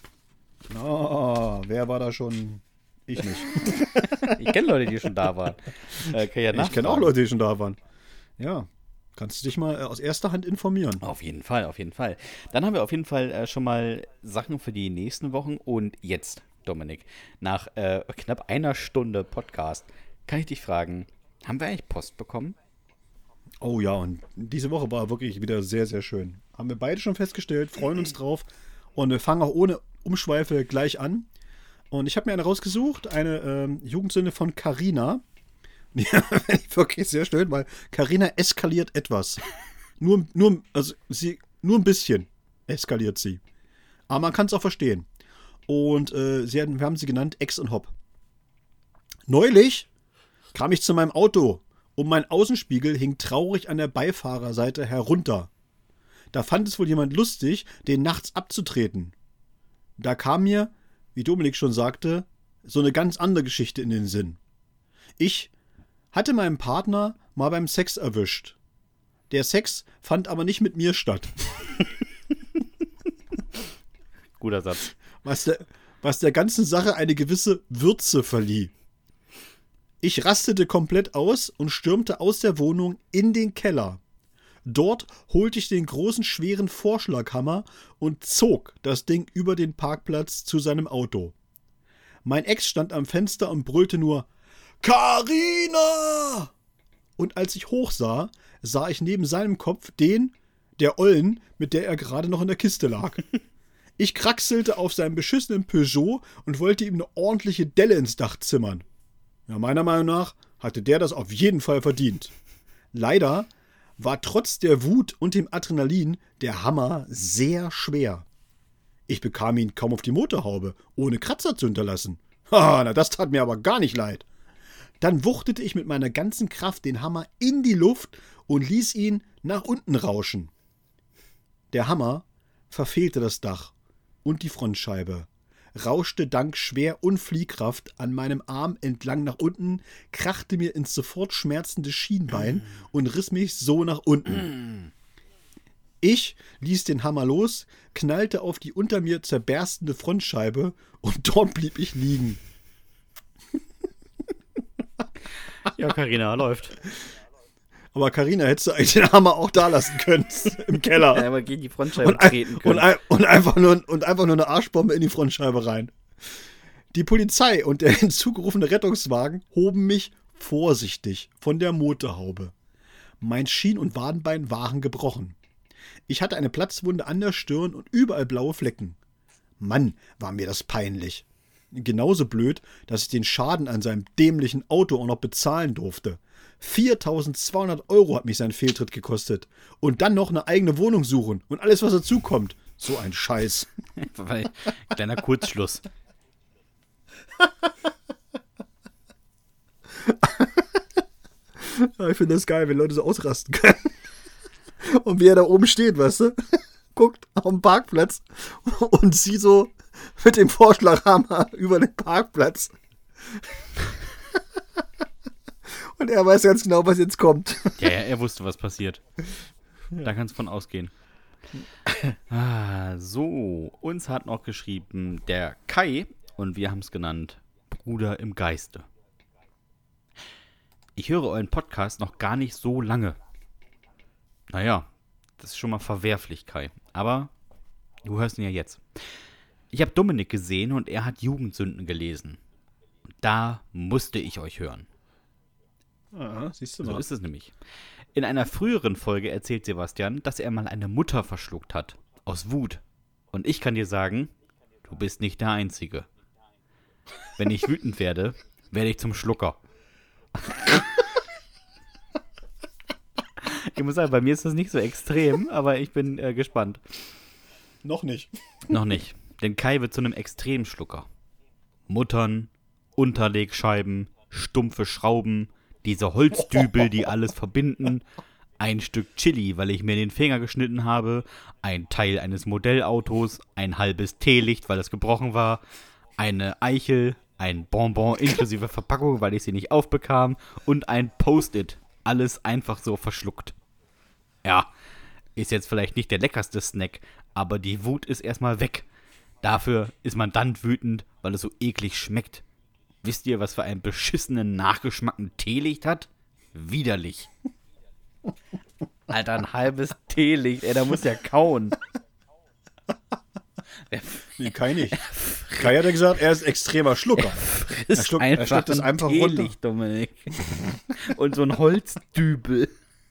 Wer war da schon? Ich nicht. Ich kenne Leute, die schon da waren. Ich kenne auch Leute, die schon da waren. Ja, kannst du dich mal aus erster Hand informieren. Auf jeden Fall. Dann haben wir auf jeden Fall schon mal Sachen für die nächsten Wochen. Und jetzt, Dominik, nach knapp 1 Stunde Podcast, kann ich dich fragen, haben wir eigentlich Post bekommen? Oh ja, und diese Woche war wirklich wieder sehr, sehr schön. Haben wir beide schon festgestellt, freuen uns drauf. Und wir fangen auch ohne Umschweife gleich an. Und ich habe mir eine rausgesucht, eine Jugendsünde von Carina. Ja, finde ich wirklich sehr schön, weil Carina eskaliert etwas. Nur ein bisschen eskaliert sie. Aber man kann es auch verstehen. Und wir haben sie genannt Ex und Hop. Neulich kam ich zu meinem Auto und mein Außenspiegel hing traurig an der Beifahrerseite herunter. Da fand es wohl jemand lustig, den nachts abzutreten. Da kam mir, wie Dominik schon sagte, so eine ganz andere Geschichte in den Sinn. Ich hatte meinen Partner mal beim Sex erwischt. Der Sex fand aber nicht mit mir statt. Guter Satz. Was der ganzen Sache eine gewisse Würze verlieh. Ich rastete komplett aus und stürmte aus der Wohnung in den Keller. Dort holte ich den großen, schweren Vorschlaghammer und zog das Ding über den Parkplatz zu seinem Auto. Mein Ex stand am Fenster und brüllte nur: Carina! Und als ich hochsah, sah ich neben seinem Kopf der Ollen, mit der er gerade noch in der Kiste lag. Ich kraxelte auf seinem beschissenen Peugeot und wollte ihm eine ordentliche Delle ins Dach zimmern. Ja, meiner Meinung nach hatte der das auf jeden Fall verdient. Leider war trotz der Wut und dem Adrenalin der Hammer sehr schwer. Ich bekam ihn kaum auf die Motorhaube, ohne Kratzer zu hinterlassen. Das tat mir aber gar nicht leid. Dann wuchtete ich mit meiner ganzen Kraft den Hammer in die Luft und ließ ihn nach unten rauschen. Der Hammer verfehlte das Dach und die Frontscheibe, rauschte dank Schwer- und Fliehkraft an meinem Arm entlang nach unten, krachte mir ins sofort schmerzende Schienbein und riss mich so nach unten. Ich ließ den Hammer los, knallte auf die unter mir zerberstende Frontscheibe und dort blieb ich liegen. Ja, Carina, läuft. Aber Carina, hättest du eigentlich den Hammer auch da lassen können, im Keller. Ja, aber gegen die Frontscheibe treten können. Und einfach nur eine Arschbombe in die Frontscheibe rein. Die Polizei und der hinzugerufene Rettungswagen hoben mich vorsichtig von der Motorhaube. Mein Schien- und Wadenbein waren gebrochen. Ich hatte eine Platzwunde an der Stirn und überall blaue Flecken. Mann, war mir das peinlich. genauso blöd, dass ich den Schaden an seinem dämlichen Auto auch noch bezahlen durfte. 4.200 € hat mich sein Fehltritt gekostet. Und dann noch eine eigene Wohnung suchen und alles, was dazukommt. So ein Scheiß. Kleiner Kurzschluss. Ja, ich finde das geil, wenn Leute so ausrasten können. Und wie er da oben steht, weißt du? Guckt auf den Parkplatz und sie so mit dem Vorschlaghammer über den Parkplatz. Und er weiß ganz genau, was jetzt kommt. Ja, er wusste, was passiert. Ja. Da kannst du von ausgehen. So, uns hat noch geschrieben der Kai und wir haben es genannt Bruder im Geiste. Ich höre euren Podcast noch gar nicht so lange. Naja, das ist schon mal verwerflich, Kai. Aber du hörst ihn ja jetzt. Ich habe Dominik gesehen und er hat Jugendsünden gelesen. Da musste ich euch hören. Ah, siehst du mal. So ist es nämlich. In einer früheren Folge erzählt Sebastian, dass er mal eine Mutter verschluckt hat. Aus Wut. Und ich kann dir sagen, du bist nicht der Einzige. Wenn ich wütend werde, werde ich zum Schlucker. Ich muss sagen, bei mir ist das nicht so extrem, aber ich bin gespannt. Noch nicht. Noch nicht. Denn Kai wird zu einem Extremschlucker. Muttern, Unterlegscheiben, stumpfe Schrauben, diese Holzdübel, die alles verbinden, ein Stück Chili, weil ich mir den Finger geschnitten habe, ein Teil eines Modellautos, ein halbes Teelicht, weil es gebrochen war, eine Eichel, ein Bonbon inklusive Verpackung, weil ich sie nicht aufbekam und ein Post-it. Alles einfach so verschluckt. Ja, ist jetzt vielleicht nicht der leckerste Snack, aber die Wut ist erstmal weg. Dafür ist man dann wütend, weil es so eklig schmeckt. Wisst ihr, was für einen beschissenen Nachgeschmack ein Teelicht hat? Widerlich. Alter, ein halbes Teelicht, ey, da muss ja kauen. Nee, Kai nicht. Kai hat ja gesagt, er ist extremer Schlucker. Er schluckt das einfach runter. Dominik. Und so ein Holzdübel.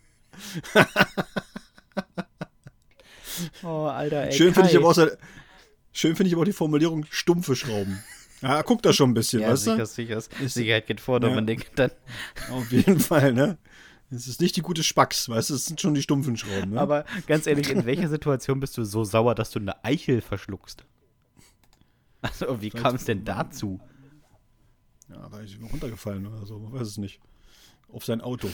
Oh, Alter, ey. Schön finde ich aber auch die Formulierung stumpfe Schrauben. Ja, guckt da schon ein bisschen, ja, weißt du? Sicher. Sicherheit geht vor, ja. Man denkt dann. Auf jeden Fall, ne? Es ist nicht die gute Spacks, weißt du? Es sind schon die stumpfen Schrauben, ne? Aber ganz ehrlich, in welcher Situation bist du so sauer, dass du eine Eichel verschluckst? Also, wie kam es denn dazu? Ja, weil ich runtergefallen oder so, man weiß es nicht. Auf sein Auto.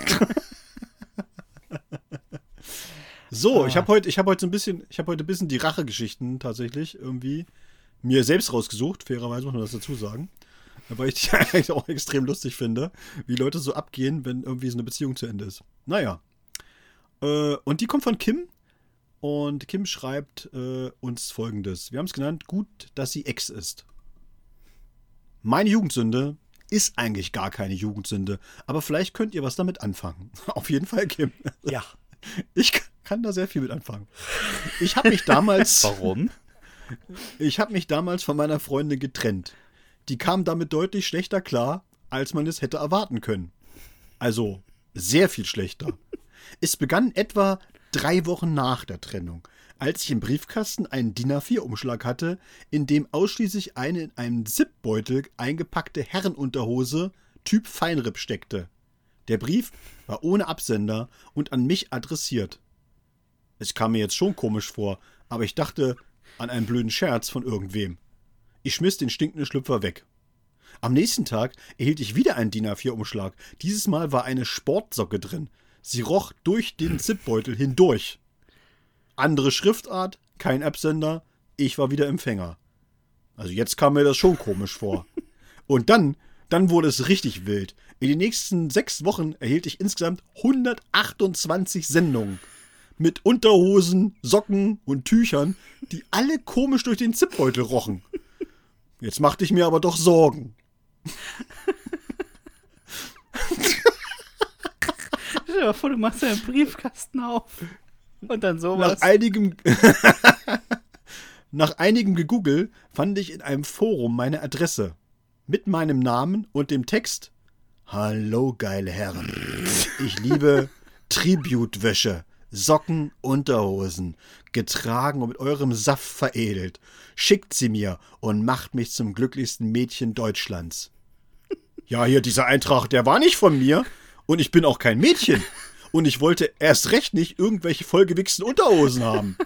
So, ich habe heute so ein bisschen die Rachegeschichten tatsächlich irgendwie mir selbst rausgesucht, fairerweise muss man das dazu sagen. Weil ich die eigentlich auch extrem lustig finde, wie Leute so abgehen, wenn irgendwie so eine Beziehung zu Ende ist. Naja. Und die kommt von Kim. Und Kim schreibt uns Folgendes. Wir haben es genannt, gut, dass sie Ex ist. Meine Jugendsünde ist eigentlich gar keine Jugendsünde. Aber vielleicht könnt ihr was damit anfangen. Auf jeden Fall, Kim. Ja. Ich kann da sehr viel mit anfangen. Ich habe mich damals... Warum? Ich habe mich damals von meiner Freundin getrennt. Die kam damit deutlich schlechter klar, als man es hätte erwarten können. Also sehr viel schlechter. Es begann etwa 3 Wochen nach der Trennung, als ich im Briefkasten einen DIN A4-Umschlag hatte, in dem ausschließlich eine in einem Zipbeutel eingepackte Herrenunterhose Typ Feinripp steckte. Der Brief war ohne Absender und an mich adressiert. Es kam mir jetzt schon komisch vor, aber ich dachte an einen blöden Scherz von irgendwem. Ich schmiss den stinkenden Schlüpfer weg. Am nächsten Tag erhielt ich wieder einen DIN A4-Umschlag. Dieses Mal war eine Sportsocke drin. Sie roch durch den Zipbeutel hindurch. Andere Schriftart, kein Absender, ich war wieder Empfänger. Also jetzt kam mir das schon komisch vor. Und dann wurde es richtig wild. In den nächsten 6 Wochen erhielt ich insgesamt 128 Sendungen. Mit Unterhosen, Socken und Tüchern, die alle komisch durch den Zipbeutel rochen. Jetzt machte ich mir aber doch Sorgen. Stell dir mal vor, du machst deinen Briefkasten auf. Und dann sowas. Nach einigem Gegoogle fand ich in einem Forum meine Adresse. Mit meinem Namen und dem Text: Hallo, geile Herren. Ich liebe Tributwäsche. Socken, Unterhosen, getragen und mit eurem Saft veredelt. Schickt sie mir und macht mich zum glücklichsten Mädchen Deutschlands. Ja, hier, dieser Eintrag, der war nicht von mir und ich bin auch kein Mädchen. Und ich wollte erst recht nicht irgendwelche vollgewichsten Unterhosen haben.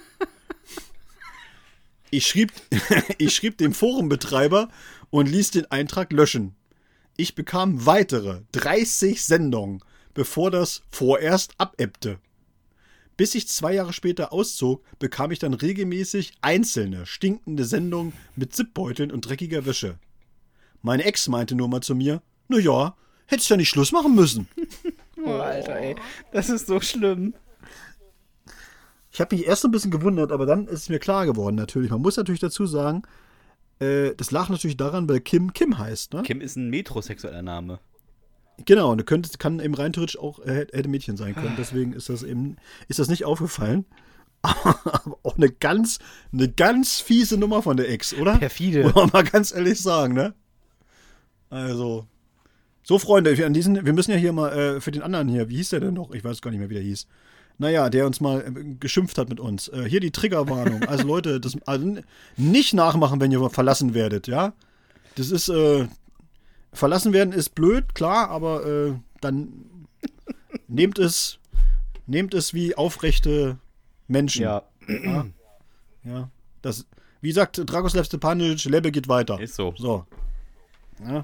Ich schrieb dem Forumbetreiber und ließ den Eintrag löschen. Ich bekam weitere 30 Sendungen, bevor das vorerst abebbte. Bis ich 2 Jahre später auszog, bekam ich dann regelmäßig einzelne, stinkende Sendungen mit Zipbeuteln und dreckiger Wäsche. Meine Ex meinte nur mal zu mir, na ja, hättest ja nicht Schluss machen müssen. Oh, Alter, ey, das ist so schlimm. Ich habe mich erst ein bisschen gewundert, aber dann ist es mir klar geworden natürlich. Man muss natürlich dazu sagen, das lag natürlich daran, weil Kim heißt, ne? Kim ist ein metrosexueller Name. Genau, und kann eben rein theoretisch auch hätte Mädchen sein können. Deswegen ist das nicht aufgefallen. Aber auch eine ganz fiese Nummer von der Ex, oder? Perfide. Muss man mal ganz ehrlich sagen, ne? Also, so Freunde, wir müssen ja hier mal für den anderen hier, wie hieß der denn noch? Ich weiß gar nicht mehr, wie der hieß. Naja, der uns mal geschimpft hat mit uns. Hier die Triggerwarnung. Also Leute, nicht nachmachen, wenn ihr verlassen werdet, ja? Das ist, verlassen werden ist blöd, klar, aber dann nehmt es wie aufrechte Menschen. Ja. Ja. Das, wie sagt Dragoslav Stepanovic, Lebe geht weiter. Ist so. So. Ja.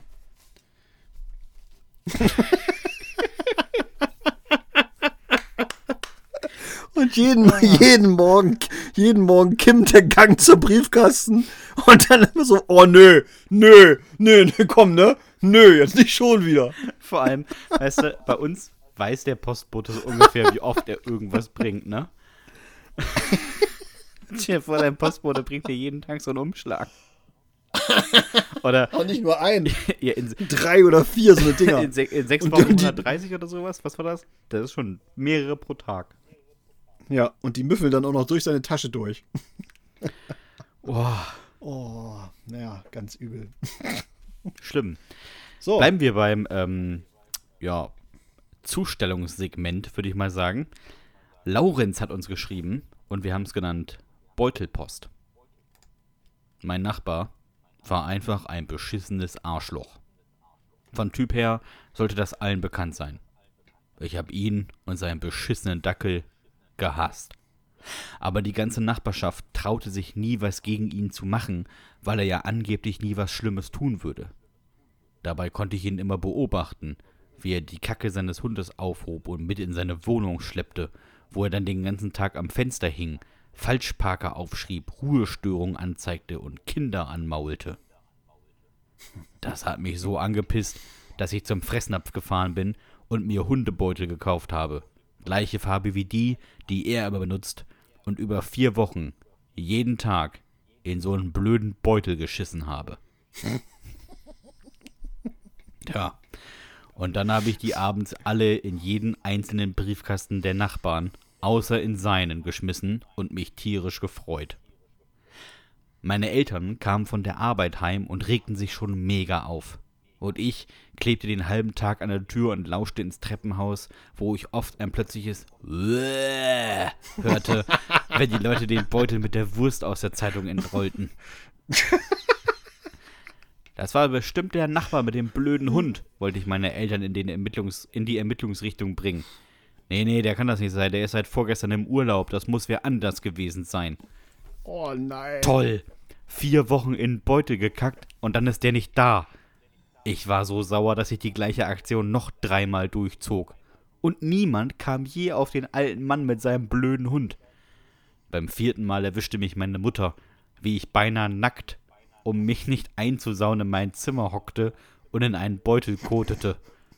Und jeden Morgen kimmt der Gang zum Briefkasten und dann immer so, oh nö, komm, ne? Nö, jetzt nicht schon wieder. Vor allem, weißt du, bei uns weiß der Postbote so ungefähr, wie oft er irgendwas bringt, ne? Stell dir vor, dein Postbote bringt dir jeden Tag so einen Umschlag. Oder auch nicht nur ein. Ja, 3 oder 4 so eine Dinger. In 6 Wochen 130 oder sowas, was war das? Das ist schon mehrere pro Tag. Ja, und die müffeln dann auch noch durch seine Tasche durch. Oh, naja, ganz übel. Schlimm. So. Bleiben wir beim Zustellungssegment, würde ich mal sagen. Laurenz hat uns geschrieben und wir haben es genannt Beutelpost. Mein Nachbar war einfach ein beschissenes Arschloch. Von Typ her sollte das allen bekannt sein. Ich habe ihn und seinen beschissenen Dackel gehasst. Aber die ganze Nachbarschaft traute sich nie, was gegen ihn zu machen, weil er ja angeblich nie was Schlimmes tun würde. Dabei konnte ich ihn immer beobachten, wie er die Kacke seines Hundes aufhob und mit in seine Wohnung schleppte, wo er dann den ganzen Tag am Fenster hing, Falschparker aufschrieb, Ruhestörung anzeigte und Kinder anmaulte. Das hat mich so angepisst, dass ich zum Fressnapf gefahren bin und mir Hundebeutel gekauft habe. Gleiche Farbe wie die er aber benutzt und über 4 Wochen jeden Tag in so einen blöden Beutel geschissen habe. Ja, und dann habe ich die abends alle in jeden einzelnen Briefkasten der Nachbarn, außer in seinen, geschmissen und mich tierisch gefreut. Meine Eltern kamen von der Arbeit heim und regten sich schon mega auf. Und ich klebte den halben Tag an der Tür und lauschte ins Treppenhaus, wo ich oft ein plötzliches hörte, wenn die Leute den Beutel mit der Wurst aus der Zeitung entrollten. Das war bestimmt der Nachbar mit dem blöden Hund, wollte ich meine Eltern in die Ermittlungsrichtung bringen. Nee, der kann das nicht sein, der ist seit vorgestern im Urlaub, das muss wer anders gewesen sein. Oh nein. Toll, 4 Wochen in den Beutel gekackt und dann ist der nicht da. Ich war so sauer, dass ich die gleiche Aktion noch 3-mal durchzog. Und niemand kam je auf den alten Mann mit seinem blöden Hund. Beim 4. Mal erwischte mich meine Mutter, wie ich beinahe nackt, um mich nicht einzusauen, in mein Zimmer hockte und in einen Beutel kotete.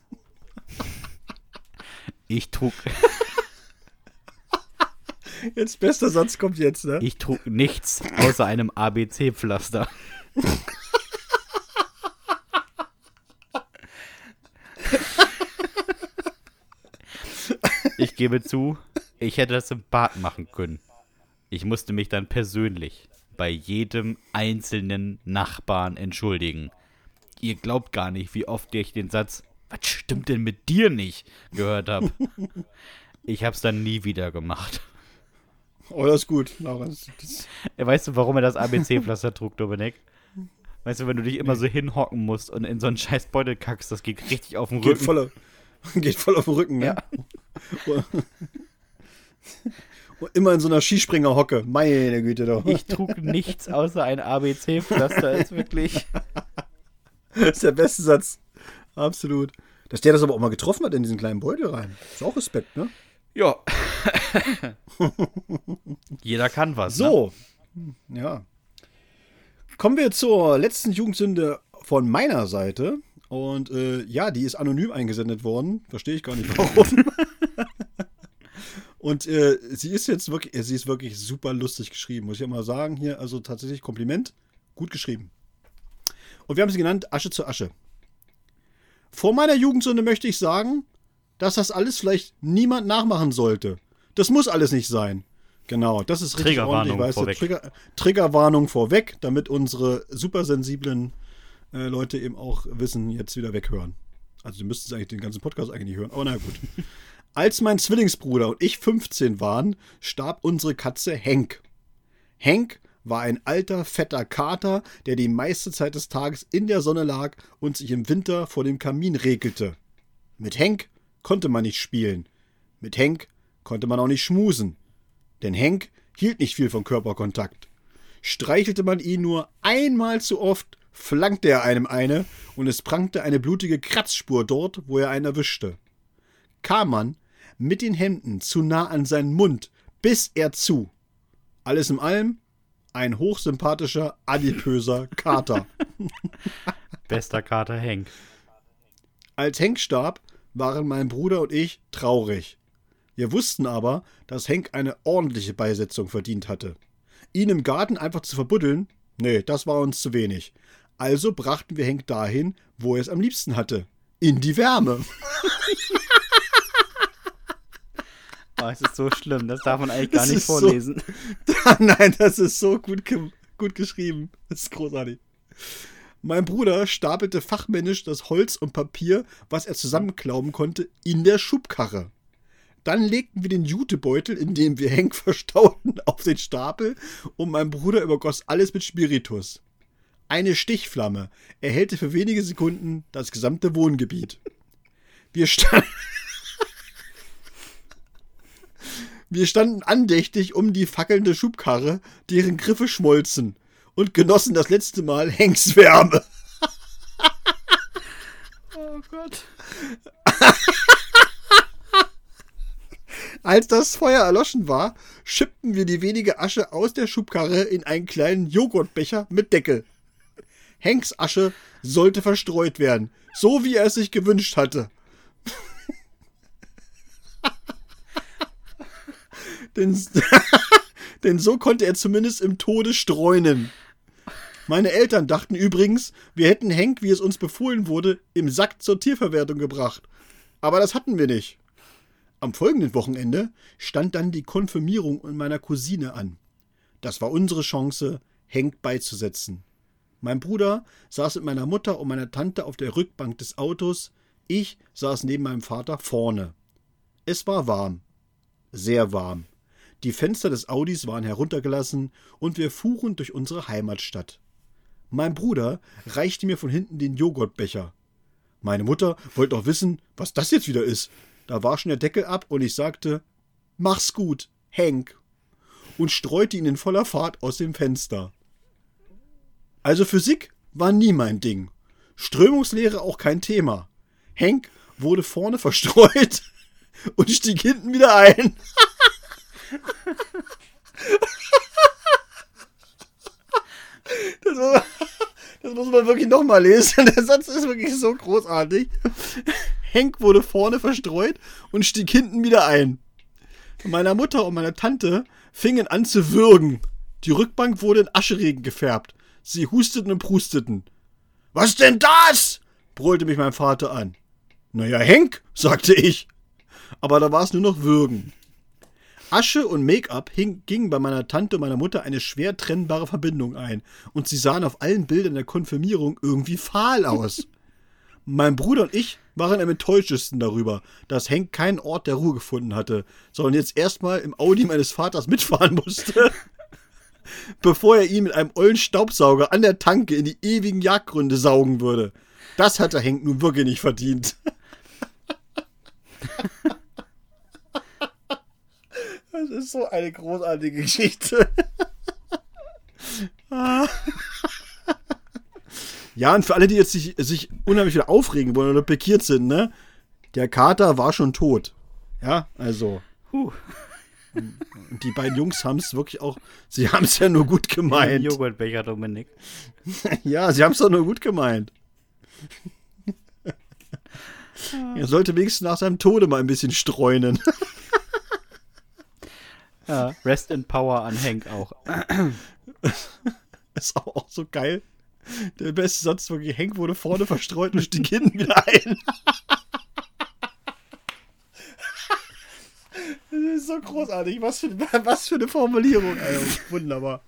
Ich trug... Jetzt bester Satz kommt jetzt, ne? Ich trug nichts außer einem ABC-Pflaster. Ich gebe zu, ich hätte das im Bad machen können. Ich musste mich dann persönlich bei jedem einzelnen Nachbarn entschuldigen. Ihr glaubt gar nicht, wie oft ich den Satz, was stimmt denn mit dir nicht, gehört habe. Ich hab's dann nie wieder gemacht. Oh, das ist gut. Weißt du, warum er das ABC-Pflaster trug, Dominik? Weißt du, wenn du dich immer so hinhocken musst und in so einen scheiß Beutel kackst, das geht richtig auf den Rücken. Geht voll auf den Rücken, ne? Ja. Und immer in so einer Skispringer-Hocke. Meine Güte doch. Ich trug nichts außer ein ABC-Pflaster, ist wirklich... Das ist der beste Satz. Absolut. Dass der das aber auch mal getroffen hat in diesen kleinen Beutel rein. Ist auch Respekt, ne? Ja. Jeder kann was. So. Ne? Ja. Kommen wir zur letzten Jugendsünde von meiner Seite. Und die ist anonym eingesendet worden. Verstehe ich gar nicht warum. Und sie ist wirklich super lustig geschrieben, muss ich ja mal sagen. Hier, also tatsächlich Kompliment. Gut geschrieben. Und wir haben sie genannt Asche zu Asche. Vor meiner Jugendsünde möchte ich sagen, dass das alles vielleicht niemand nachmachen sollte. Das muss alles nicht sein. Genau, das ist richtig ordentlich. Triggerwarnung vorweg, damit unsere supersensiblen Leute eben auch wissen, jetzt wieder weghören. Also, du müsstest eigentlich den ganzen Podcast eigentlich nicht hören, aber na gut. Als mein Zwillingsbruder und ich 15 waren, starb unsere Katze Henk. Henk war ein alter, fetter Kater, der die meiste Zeit des Tages in der Sonne lag und sich im Winter vor dem Kamin regelte. Mit Henk konnte man nicht spielen. Mit Henk konnte man auch nicht schmusen. Denn Henk hielt nicht viel von Körperkontakt. Streichelte man ihn nur einmal zu oft, flankte er einem eine und es prangte eine blutige Kratzspur dort, wo er einen erwischte. Kam man mit den Händen zu nah an seinen Mund, biss er zu. Alles in allem ein hochsympathischer, adipöser Kater. Bester Kater Henk. Als Henk starb, waren mein Bruder und ich traurig. Wir wussten aber, dass Henk eine ordentliche Beisetzung verdient hatte. Ihn im Garten einfach zu verbuddeln, nee, das war uns zu wenig. Also brachten wir Henk dahin, wo er es am liebsten hatte. In die Wärme. Oh, es ist so schlimm, das darf man eigentlich gar nicht vorlesen. Nein, das ist so gut geschrieben. Das ist großartig. Mein Bruder stapelte fachmännisch das Holz und Papier, was er zusammenklauben konnte, in der Schubkarre. Dann legten wir den Jutebeutel, in dem wir Henk verstauten, auf den Stapel und mein Bruder übergoss alles mit Spiritus. Eine Stichflamme erhellte für wenige Sekunden das gesamte Wohngebiet. Wir standen andächtig um die fackelnde Schubkarre, deren Griffe schmolzen, und genossen das letzte Mal Henks Wärme. Oh Gott. Als das Feuer erloschen war, schippten wir die wenige Asche aus der Schubkarre in einen kleinen Joghurtbecher mit Deckel. Henks Asche sollte verstreut werden, so wie er es sich gewünscht hatte. Denn so konnte er zumindest im Tode streunen. Meine Eltern dachten übrigens, wir hätten Henk, wie es uns befohlen wurde, im Sack zur Tierverwertung gebracht. Aber das hatten wir nicht. Am folgenden Wochenende stand dann die Konfirmierung meiner Cousine an. Das war unsere Chance, Henk beizusetzen. Mein Bruder saß mit meiner Mutter und meiner Tante auf der Rückbank des Autos. Ich saß neben meinem Vater vorne. Es war warm. Sehr warm. Die Fenster des Audis waren heruntergelassen und wir fuhren durch unsere Heimatstadt. Mein Bruder reichte mir von hinten den Joghurtbecher. Meine Mutter wollte doch wissen, was das jetzt wieder ist. Da war schon der Deckel ab und ich sagte, »Mach's gut, Henk«, und streute ihn in voller Fahrt aus dem Fenster. Also Physik war nie mein Ding. Strömungslehre auch kein Thema. Henk wurde vorne verstreut und stieg hinten wieder ein. Das muss man wirklich nochmal lesen. Der Satz ist wirklich so großartig. Henk wurde vorne verstreut und stieg hinten wieder ein. Meiner Mutter und meiner Tante fingen an zu würgen. Die Rückbank wurde in Ascheregen gefärbt. Sie husteten und prusteten. »Was denn das?« brüllte mich mein Vater an. »Naja, Henk«, sagte ich. Aber da war es nur noch Würgen. Asche und Make-up gingen bei meiner Tante und meiner Mutter eine schwer trennbare Verbindung ein und sie sahen auf allen Bildern der Konfirmierung irgendwie fahl aus. Mein Bruder und ich waren am enttäuschtesten darüber, dass Henk keinen Ort der Ruhe gefunden hatte, sondern jetzt erstmal im Audi meines Vaters mitfahren musste, bevor er ihn mit einem ollen Staubsauger an der Tanke in die ewigen Jagdgründe saugen würde. Das hatte Henk nun wirklich nicht verdient. Das ist so eine großartige Geschichte. Ja, und für alle, die jetzt sich unheimlich wieder aufregen wollen oder pikiert sind, ne? Der Kater war schon tot. Ja, also. Und die beiden Jungs haben es wirklich auch, sie haben es ja nur gut gemeint. Joghurtbecher, Dominik. Ja, sie haben es doch nur gut gemeint. Er sollte wenigstens nach seinem Tode mal ein bisschen streunen. Ja, Rest in Power an Henk auch. Ist auch so geil. Der beste Satz wirklich, Henk wurde vorne verstreut und stieg hinten wieder ein. Das ist so großartig. Was für eine Formulierung, Alter. Wunderbar.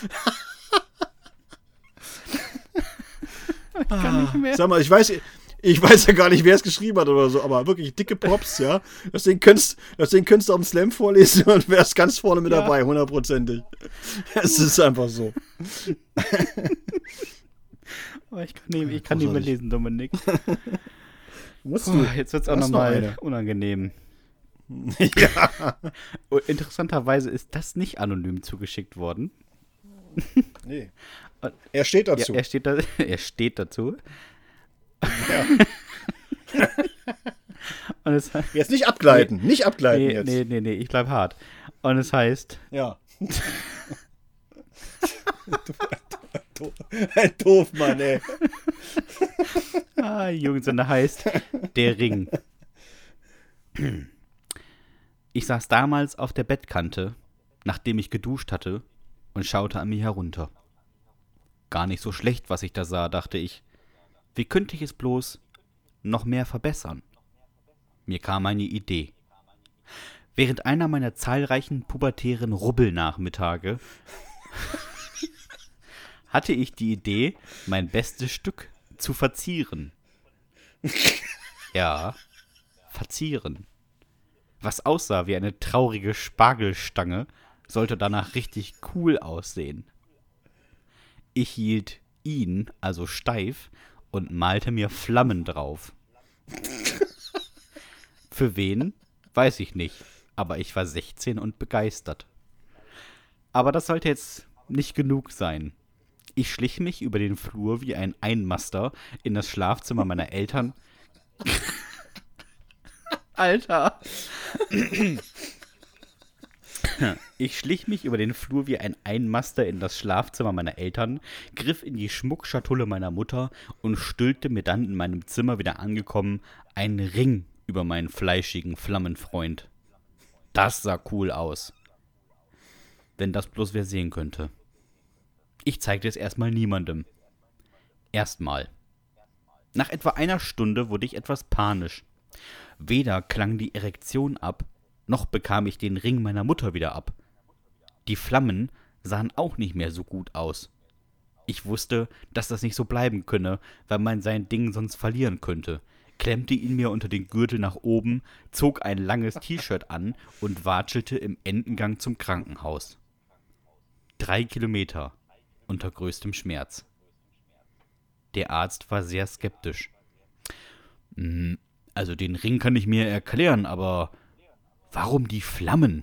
Ich kann nicht mehr. Sag mal, ich weiß ja gar nicht, wer es geschrieben hat oder so, aber wirklich dicke Props, ja. Das Ding könntest du auf dem Slam vorlesen und wärst ganz vorne mit dabei, 100%. Es ist einfach so. Aber ich kann nicht mehr lesen, Dominik. Musst du. Jetzt wird es auch nochmal unangenehm. Ja. Interessanterweise ist das nicht anonym zugeschickt worden. Nee. Er steht dazu. Ja, er steht dazu. Ja. Und es jetzt nicht abgleiten. Nicht abgleiten jetzt. Nee, ich bleib hart. Und es heißt... Ja. Ein Doofmann, ey. Jugendsünde heißt Der Ring. Ich saß damals auf der Bettkante, nachdem ich geduscht hatte, und schaute an mir herunter. Gar nicht so schlecht, was ich da sah, dachte ich. Wie könnte ich es bloß noch mehr verbessern? Mir kam eine Idee. Während einer meiner zahlreichen pubertären Rubbelnachmittage hatte ich die Idee, mein bestes Stück zu verzieren. Ja, verzieren. Was aussah wie eine traurige Spargelstange, sollte danach richtig cool aussehen. Ich hielt ihn also steif und malte mir Flammen drauf. Für wen? Weiß ich nicht, aber ich war 16 und begeistert. Aber das sollte jetzt nicht genug sein. Ich schlich mich über den Flur wie ein Einmaster in das Schlafzimmer meiner Eltern. Alter! Ich schlich mich über den Flur wie ein Einmaster in das Schlafzimmer meiner Eltern, griff in die Schmuckschatulle meiner Mutter und stülpte mir dann in meinem Zimmer wieder angekommen einen Ring über meinen fleischigen Flammenfreund. Das sah cool aus. Wenn das bloß wer sehen könnte. Ich zeigte es erstmal niemandem. Erstmal. Nach etwa einer Stunde wurde ich etwas panisch. Weder klang die Erektion ab, noch bekam ich den Ring meiner Mutter wieder ab. Die Flammen sahen auch nicht mehr so gut aus. Ich wusste, dass das nicht so bleiben könne, weil man sein Ding sonst verlieren könnte, klemmte ihn mir unter den Gürtel nach oben, zog ein langes T-Shirt an und watschelte im Endengang zum Krankenhaus. 3 Kilometer unter größtem Schmerz. Der Arzt war sehr skeptisch. Also den Ring kann ich mir erklären, aber warum die Flammen?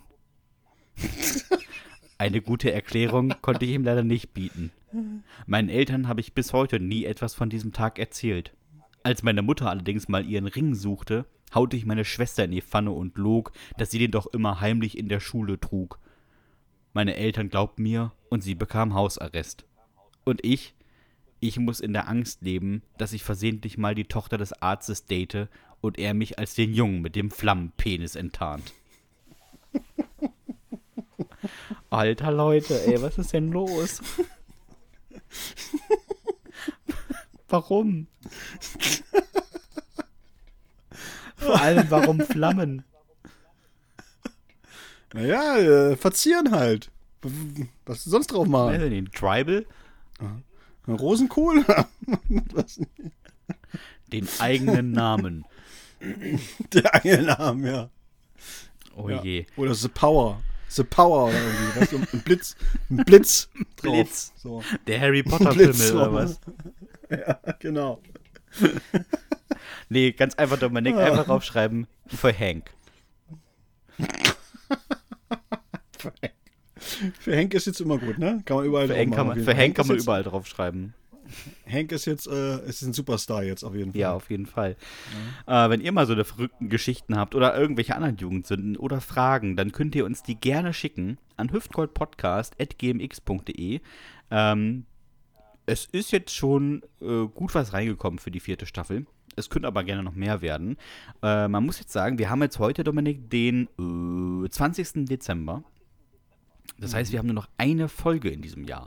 Eine gute Erklärung konnte ich ihm leider nicht bieten. Meinen Eltern habe ich bis heute nie etwas von diesem Tag erzählt. Als meine Mutter allerdings mal ihren Ring suchte, haute ich meine Schwester in die Pfanne und log, dass sie den doch immer heimlich in der Schule trug. Meine Eltern glaubten mir und sie bekam Hausarrest. Und ich muss in der Angst leben, dass ich versehentlich mal die Tochter des Arztes date und er mich als den Jungen mit dem Flammenpenis enttarnt. Alter Leute, ey, was ist denn los? Warum? Vor allem, warum Flammen? Naja, verzieren halt. Was sonst drauf machen? Was ist denn, Tribal? Rosenkohl? Den eigenen Namen. Der eigene Name, ja. Oh je. Oder The Power. The Power oder irgendwie. Weißt du, ein Blitz drauf. Blitz. So. Der Harry Potter-Pimmel oder was? Ja, genau. Nee, ganz einfach, Dominik, einfach draufschreiben für Hank. Für Hank ist jetzt immer gut, ne? Kann man überall drauf machen. Für Hank kann man überall draufschreiben. Hank ist jetzt ist ein Superstar jetzt auf jeden Fall. Ja, auf jeden Fall. Ja. Wenn ihr mal so eine verrückten Geschichten habt oder irgendwelche anderen Jugendsünden oder Fragen, dann könnt ihr uns die gerne schicken an hüftgoldpodcast@gmx.de. Es ist jetzt schon gut was reingekommen für die 4. Staffel. Es könnte aber gerne noch mehr werden. Man muss jetzt sagen, wir haben jetzt heute, Dominik, den 20. Dezember. Das heißt, wir haben nur noch eine Folge in diesem Jahr.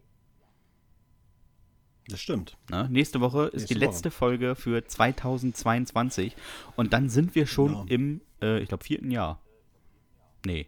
Das stimmt. Na, nächste Woche ist die letzte Folge für 2022 und dann sind wir schon im, ich glaube, 4. Jahr. Nee.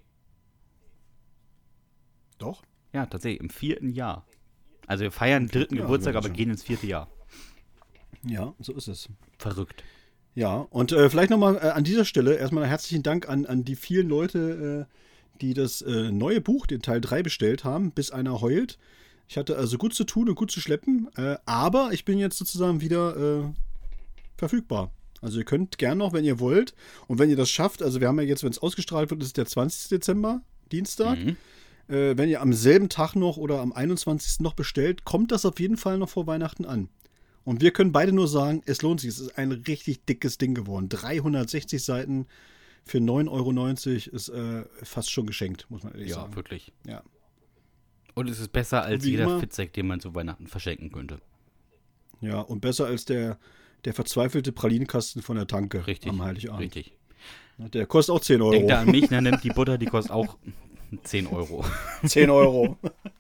Doch? Ja, tatsächlich, im 4. Jahr. Also wir feiern den 3. Geburtstag, aber gehen ins 4. Jahr. Ja, so ist es. Verrückt. Ja, und vielleicht nochmal an dieser Stelle erstmal herzlichen Dank an die vielen Leute, die das neue Buch, den Teil 3, bestellt haben, bis einer heult. Ich hatte also gut zu tun und gut zu schleppen, aber ich bin jetzt sozusagen wieder verfügbar. Also ihr könnt gern noch, wenn ihr wollt. Und wenn ihr das schafft, also wir haben ja jetzt, wenn es ausgestrahlt wird, ist es der 20. Dezember, Dienstag. Wenn ihr am selben Tag noch oder am 21. noch bestellt, kommt das auf jeden Fall noch vor Weihnachten an. Und wir können beide nur sagen, es lohnt sich. Es ist ein richtig dickes Ding geworden. 360 Seiten für 9,90 € ist fast schon geschenkt, muss man ehrlich sagen. Ja, wirklich. Ja. Und es ist besser als jeder Fitzek, den man zu Weihnachten verschenken könnte. Ja, und besser als der verzweifelte Pralinenkasten von der Tanke am Heiligabend. Richtig. Der kostet auch 10 €. Denkt da an mich, nimmt die Butter, die kostet auch 10 €. 10 €.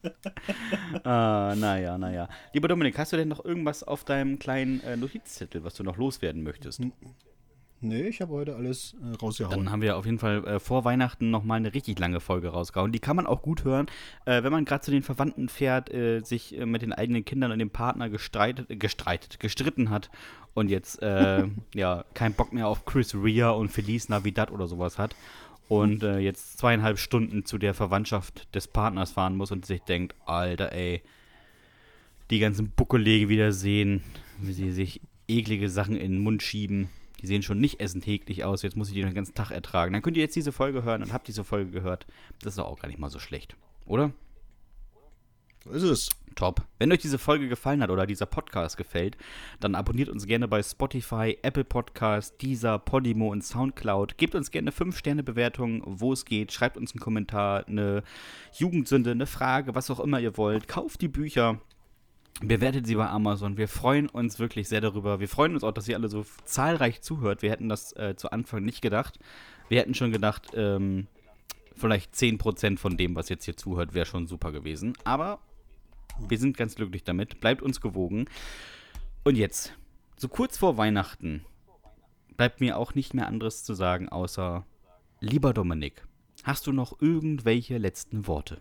Naja. Lieber Dominik, hast du denn noch irgendwas auf deinem kleinen Notizzettel, was du noch loswerden möchtest? Nee, ich habe heute alles rausgehauen. Dann haben wir auf jeden Fall vor Weihnachten nochmal eine richtig lange Folge rausgehauen. Die kann man auch gut hören, wenn man gerade zu den Verwandten fährt, sich mit den eigenen Kindern und dem Partner gestritten hat und jetzt keinen Bock mehr auf Chris Rea und Feliz Navidad oder sowas hat und jetzt 2,5 Stunden zu der Verwandtschaft des Partners fahren muss und sich denkt, Alter, ey, die ganzen Buckelege wieder sehen, wie sie sich eklige Sachen in den Mund schieben. Die sehen schon nicht essentäglich aus, jetzt muss ich die den ganzen Tag ertragen. Dann könnt ihr jetzt diese Folge hören und habt diese Folge gehört. Das ist doch auch gar nicht mal so schlecht, oder? So ist es. Top. Wenn euch diese Folge gefallen hat oder dieser Podcast gefällt, dann abonniert uns gerne bei Spotify, Apple Podcast, Deezer, Podimo und Soundcloud. Gebt uns gerne 5-Sterne-Bewertungen, wo es geht. Schreibt uns einen Kommentar, eine Jugendsünde, eine Frage, was auch immer ihr wollt. Kauft die Bücher. Bewertet sie bei Amazon. Wir freuen uns wirklich sehr darüber. Wir freuen uns auch, dass ihr alle so zahlreich zuhört. Wir hätten das zu Anfang nicht gedacht. Wir hätten schon gedacht, vielleicht 10% von dem, was jetzt hier zuhört, wäre schon super gewesen. Aber wir sind ganz glücklich damit. Bleibt uns gewogen. Und jetzt, so kurz vor Weihnachten, bleibt mir auch nicht mehr anderes zu sagen, außer, lieber Dominik, hast du noch irgendwelche letzten Worte?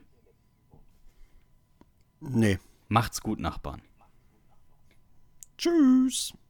Nee. Macht's gut, Nachbarn. Tschüss.